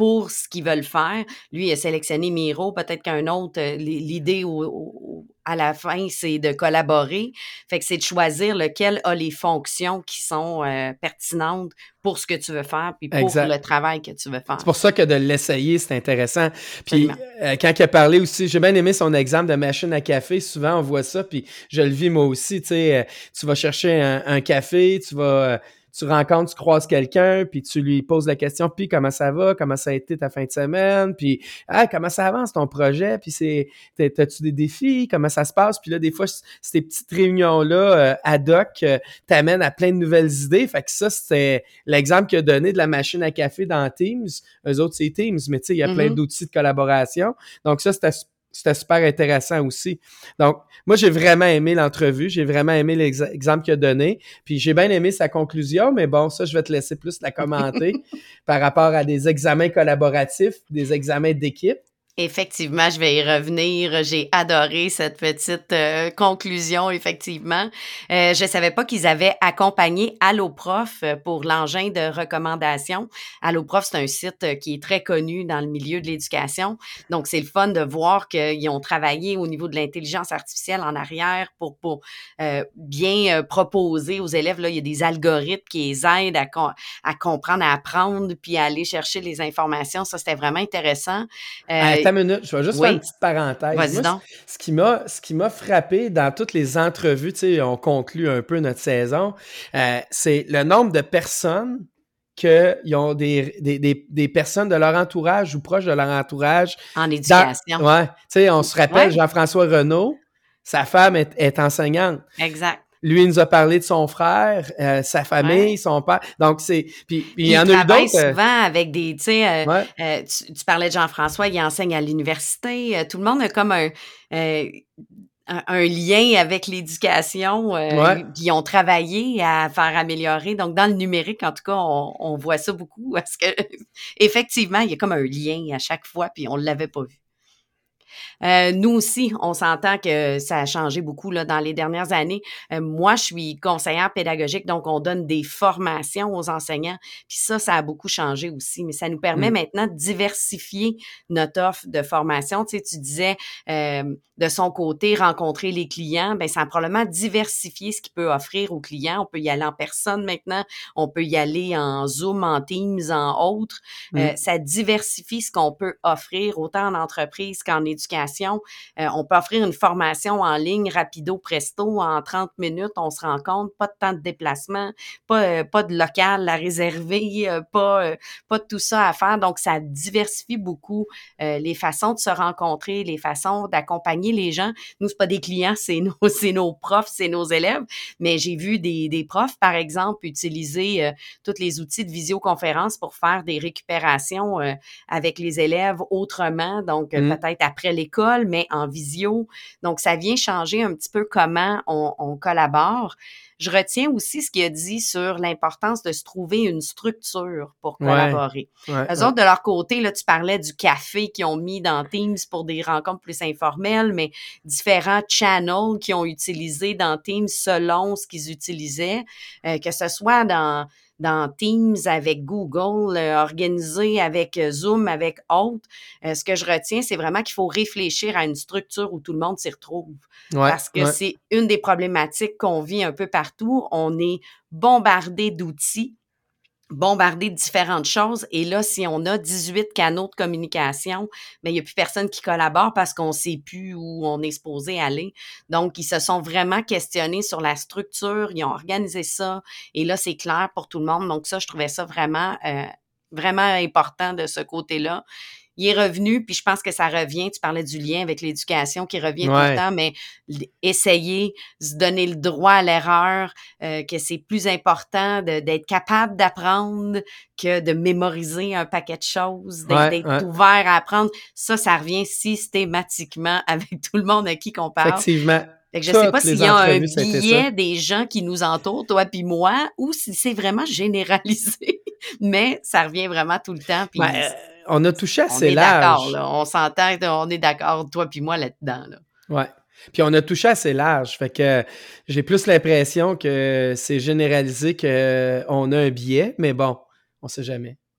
A: pour ce qu'ils veulent faire. Lui, il a sélectionné Miro, peut-être qu'un autre, euh, l'idée au, au, à la fin, c'est de collaborer. Fait que c'est de choisir lequel a les fonctions qui sont euh, pertinentes pour ce que tu veux faire, puis pour
B: exact.
A: le travail que tu veux faire.
B: C'est pour ça que de l'essayer, c'est intéressant. Puis euh, quand il a parlé aussi, j'ai bien aimé son exemple de machine à café. Souvent, on voit ça, puis je le vis moi aussi. Tu sais, euh, tu vas chercher un, un café, tu vas... Euh, tu rencontres, tu croises quelqu'un, puis tu lui poses la question, puis comment ça va, comment ça a été ta fin de semaine, puis ah, comment ça avance ton projet, puis c'est, t'as-tu des défis, comment ça se passe, puis là, des fois, ces petites réunions-là euh, ad hoc euh, t'amènent à plein de nouvelles idées, fait que ça, c'était l'exemple qu'il a donné de la machine à café dans Teams, eux autres, c'est Teams, mais tu sais, il y a mm-hmm. plein d'outils de collaboration, donc ça, c'était C'était super intéressant aussi. Donc, moi, j'ai vraiment aimé l'entrevue. J'ai vraiment aimé l'exemple qu'il a donné. Puis, j'ai bien aimé sa conclusion, mais bon, ça, je vais te laisser plus la commenter par rapport à des examens collaboratifs, des examens d'équipe.
A: Effectivement, je vais y revenir. J'ai adoré cette petite euh, conclusion, effectivement. Euh, je savais pas qu'ils avaient accompagné Alloprof pour l'engin de recommandation. Alloprof, c'est un site qui est très connu dans le milieu de l'éducation. Donc, c'est le fun de voir qu'ils ont travaillé au niveau de l'intelligence artificielle en arrière pour, pour euh, bien euh, proposer aux élèves. Là, il y a des algorithmes qui les aident à, com- à comprendre, à apprendre, puis à aller chercher les informations. Ça, c'était vraiment intéressant.
B: Euh, Attends une minute, je vais juste oui. faire une petite parenthèse.
A: Vas-y
B: Moi,
A: donc.
B: Ce qui m'a, ce qui m'a frappé dans toutes les entrevues, tu sais, on conclut un peu notre saison, euh, c'est le nombre de personnes qu'ils ont des, des, des, des personnes de leur entourage ou proches de leur entourage.
A: En éducation.
B: Dans, ouais, tu sais, on se rappelle
A: ouais.
B: Jean-François Renaud, sa femme est, est enseignante.
A: Exact.
B: Lui, il nous a parlé de son frère, euh, sa famille, ouais. son père. Donc, c'est... Puis, puis il y en
A: a
B: eu d'autres.
A: souvent avec des... Tu sais, euh,
B: ouais.
A: euh, tu, tu parlais de Jean-François, il enseigne à l'université. Euh, tout le monde a comme un... Euh, un, un lien avec l'éducation, euh,
B: ouais.
A: puis ils ont travaillé à faire améliorer. Donc, dans le numérique, en tout cas, on, on voit ça beaucoup. Parce que, effectivement, il y a comme un lien à chaque fois, puis on ne l'avait pas vu. Euh, nous aussi, on s'entend que ça a changé beaucoup là, dans les dernières années. Euh, moi, je suis conseillère pédagogique, donc on donne des formations aux enseignants. Puis ça, ça a beaucoup changé aussi. Mais ça nous permet mmh. maintenant de diversifier notre offre de formation. Tu sais, tu disais, euh, de son côté, rencontrer les clients, bien, ça a probablement diversifié ce qu'il peut offrir aux clients. On peut y aller en personne maintenant. On peut y aller en Zoom, en Teams, en autres. Mmh. Euh, ça diversifie ce qu'on peut offrir autant en entreprise qu'en éducation. Euh, on peut offrir une formation en ligne rapido presto en trente minutes, on se rend compte, pas de temps de déplacement, pas euh, pas de local à réserver, euh, pas euh, pas de tout ça à faire. Donc ça diversifie beaucoup euh, les façons de se rencontrer, les façons d'accompagner les gens. Nous c'est pas des clients, c'est nos c'est nos profs, c'est nos élèves, mais j'ai vu des des profs par exemple utiliser euh, tous les outils de visioconférence pour faire des récupérations euh, avec les élèves autrement, donc euh, mmh. peut-être après l'école, mais en visio. Donc, ça vient changer un petit peu comment on, on collabore. Je retiens aussi ce qu'il a dit sur l'importance de se trouver une structure pour collaborer.
B: Ouais, ouais,
A: Eux
B: ouais.
A: autres, de leur côté, là, tu parlais du café qu'ils ont mis dans Teams pour des rencontres plus informelles, mais différents channels qu'ils ont utilisés dans Teams selon ce qu'ils utilisaient, euh, que ce soit dans... dans Teams, avec Google, euh, organisé avec Zoom, avec autres. Euh, ce que je retiens, c'est vraiment qu'il faut réfléchir à une structure où tout le monde s'y retrouve.
B: Ouais,
A: parce que
B: ouais.
A: c'est une des problématiques qu'on vit un peu partout. On est bombardé d'outils, bombardé de différentes choses. Et là, si on a dix-huit canaux de communication, bien, il n'y a plus personne qui collabore parce qu'on ne sait plus où on est supposé aller. Donc, ils se sont vraiment questionnés sur la structure. Ils ont organisé ça. Et là, c'est clair pour tout le monde. Donc, ça, je trouvais ça vraiment, euh, vraiment important de ce côté-là. Il est revenu, puis je pense que ça revient. Tu parlais du lien avec l'éducation qui revient
B: ouais.
A: tout le temps, mais essayer, se donner le droit à l'erreur, euh, que c'est plus important de, d'être capable d'apprendre que de mémoriser un paquet de choses, d'être,
B: ouais,
A: d'être
B: ouais.
A: ouvert à apprendre. Ça, ça revient systématiquement avec tout le monde à qui qu'on parle.
B: Effectivement.
A: Fait que je ne sais pas s'il y a un
B: ça
A: billet des gens qui nous entourent, toi puis moi, ou si c'est vraiment généralisé, mais ça revient vraiment tout le temps. Puis
B: ben, euh, on a touché assez
A: on est
B: large.
A: D'accord, là. On s'entend, on est d'accord, toi puis moi, là-dedans. Là.
B: Ouais. Puis on a touché assez large. Fait que j'ai plus l'impression que c'est généralisé qu'on a un billet, mais bon, on sait jamais.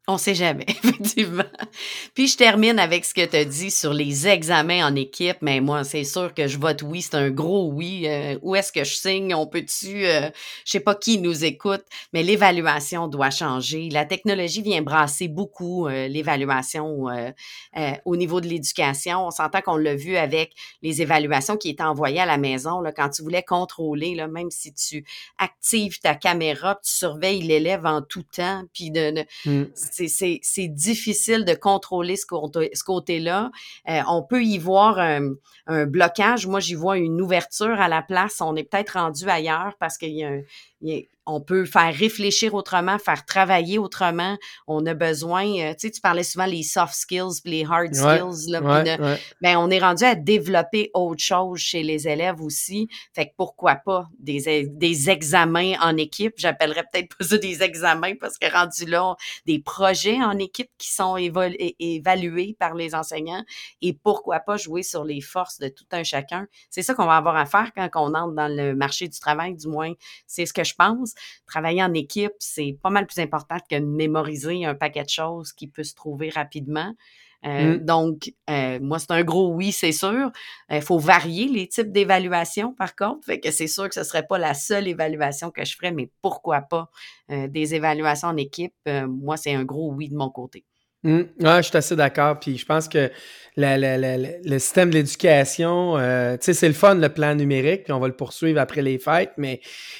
A: On sait jamais, effectivement. Puis je termine avec ce que tu as dit sur les examens en équipe, mais moi, c'est sûr que je vote oui, c'est un gros oui. Euh, où est-ce que je signe? On peut-tu, euh, je sais pas qui nous écoute, mais l'évaluation doit changer. La technologie vient brasser beaucoup euh, l'évaluation euh, euh, au niveau de l'éducation. On s'entend qu'on l'a vu avec les évaluations qui étaient envoyées à la maison, là, quand tu voulais contrôler, là, même si tu actives ta caméra, puis tu surveilles l'élève en tout temps, puis de, de
B: Mm.
A: c'est, c'est, c'est difficile de contrôler ce côté, ce côté-là. Euh, on peut y voir un, un blocage. Moi, j'y vois une ouverture à la place. On est peut-être rendu ailleurs parce qu'il y a un, il y a- on peut faire réfléchir autrement, faire travailler autrement. On a besoin, euh, tu sais, tu parlais souvent les soft skills, puis les hard
B: Ouais,
A: skills, là, puis
B: ouais,
A: de-
B: ouais.
A: ben, on est rendu à développer autre chose chez les élèves aussi. Fait que pourquoi pas des, des examens en équipe? J'appellerais peut-être pas ça des examens parce que rendu là, des projets en équipe qui sont évo- é- évalués par les enseignants et pourquoi pas jouer sur les forces de tout un chacun. C'est ça qu'on va avoir à faire quand on entre dans le marché du travail, du moins, c'est ce que je pense. Travailler en équipe, c'est pas mal plus important que de mémoriser un paquet de choses qui peut se trouver rapidement. Euh,
B: Mm.
A: donc, euh, moi, c'est un gros oui, c'est sûr. Il faut varier les types d'évaluations, par contre. Fait que c'est sûr que ce serait pas la seule évaluation que je ferais, mais pourquoi pas euh, des évaluations en équipe? Euh, moi, c'est un gros oui de mon côté.
B: Mm. Ouais, je suis assez d'accord. Puis je pense que la- la- la- la- le système de l'éducation, euh, tu sais, c'est le fun, le plan numérique, puis on va le poursuivre après les fêtes, mais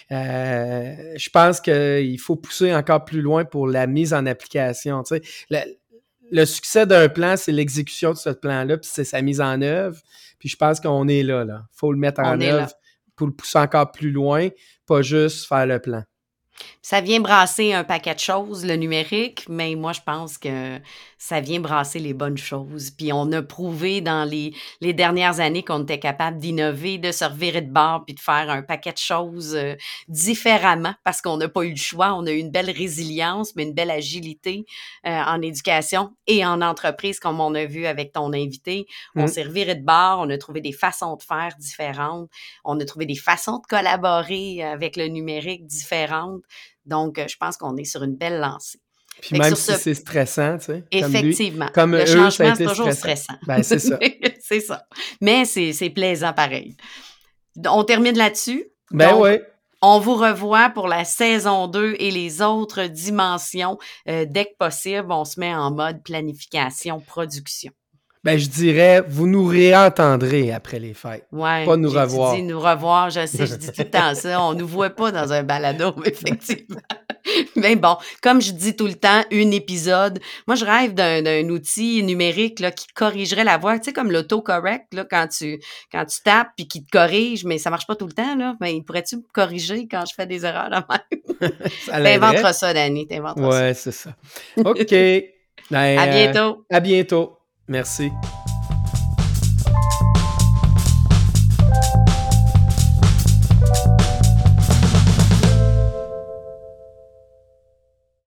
B: euh, je pense qu'il faut pousser encore plus loin pour la mise en application. Tu sais, le, le succès d'un plan, c'est l'exécution de ce plan-là, puis c'est sa mise en œuvre. Puis je pense qu'on est là, là. Il faut le mettre en
A: On est
B: œuvre
A: là.
B: pour le pousser encore plus loin, pas juste faire le plan.
A: Ça vient brasser un paquet de choses, le numérique, mais moi, je pense que ça vient brasser les bonnes choses. Puis on a prouvé dans les, les dernières années qu'on était capable d'innover, de se revirer de bord, puis de faire un paquet de choses euh, différemment parce qu'on n'a pas eu le choix. On a eu une belle résilience, mais une belle agilité euh, en éducation et en entreprise, comme on a vu avec ton invité. On
B: Mm.
A: s'est reviré de bord, on a trouvé des façons de faire différentes, on a trouvé des façons de collaborer avec le numérique différentes. Donc, euh, je pense qu'on est sur une belle lancée.
B: Puis
A: Fait que
B: même
A: sur
B: si
A: ce,
B: c'est stressant, tu sais, comme lui,
A: effectivement,
B: comme
A: le
B: eux, ça a
A: changement, c'est
B: été
A: toujours
B: stressant.
A: stressant.
B: Ben, c'est ça.
A: C'est ça. Mais c'est, c'est plaisant pareil. On termine là-dessus.
B: Ben
A: Donc,
B: oui.
A: on vous revoit pour la saison deux et les autres dimensions. Euh, dès que possible, on se met en mode planification, production.
B: Ben, je dirais, vous nous réentendrez après les fêtes.
A: Ouais,
B: Pas nous
A: j'ai
B: revoir.
A: dit nous revoir, je sais, je dis tout le temps ça. On nous voit pas dans un balado, effectivement. Mais bon, comme je dis tout le temps, un épisode. Moi, je rêve d'un, d'un outil numérique là, qui corrigerait la voix, tu sais, comme l'autocorrect, là, quand tu quand tu tapes puis qui te corrige, mais ça marche pas tout le temps, là. Mais pourrais-tu me corriger quand je fais des erreurs de même?
B: Ça l'aiderait.
A: T'inventeras ça, Dani, t'inventeras ça.
B: Ouais, c'est ça. OK. Ben,
A: À
B: euh,
A: bientôt.
B: à bientôt. Merci.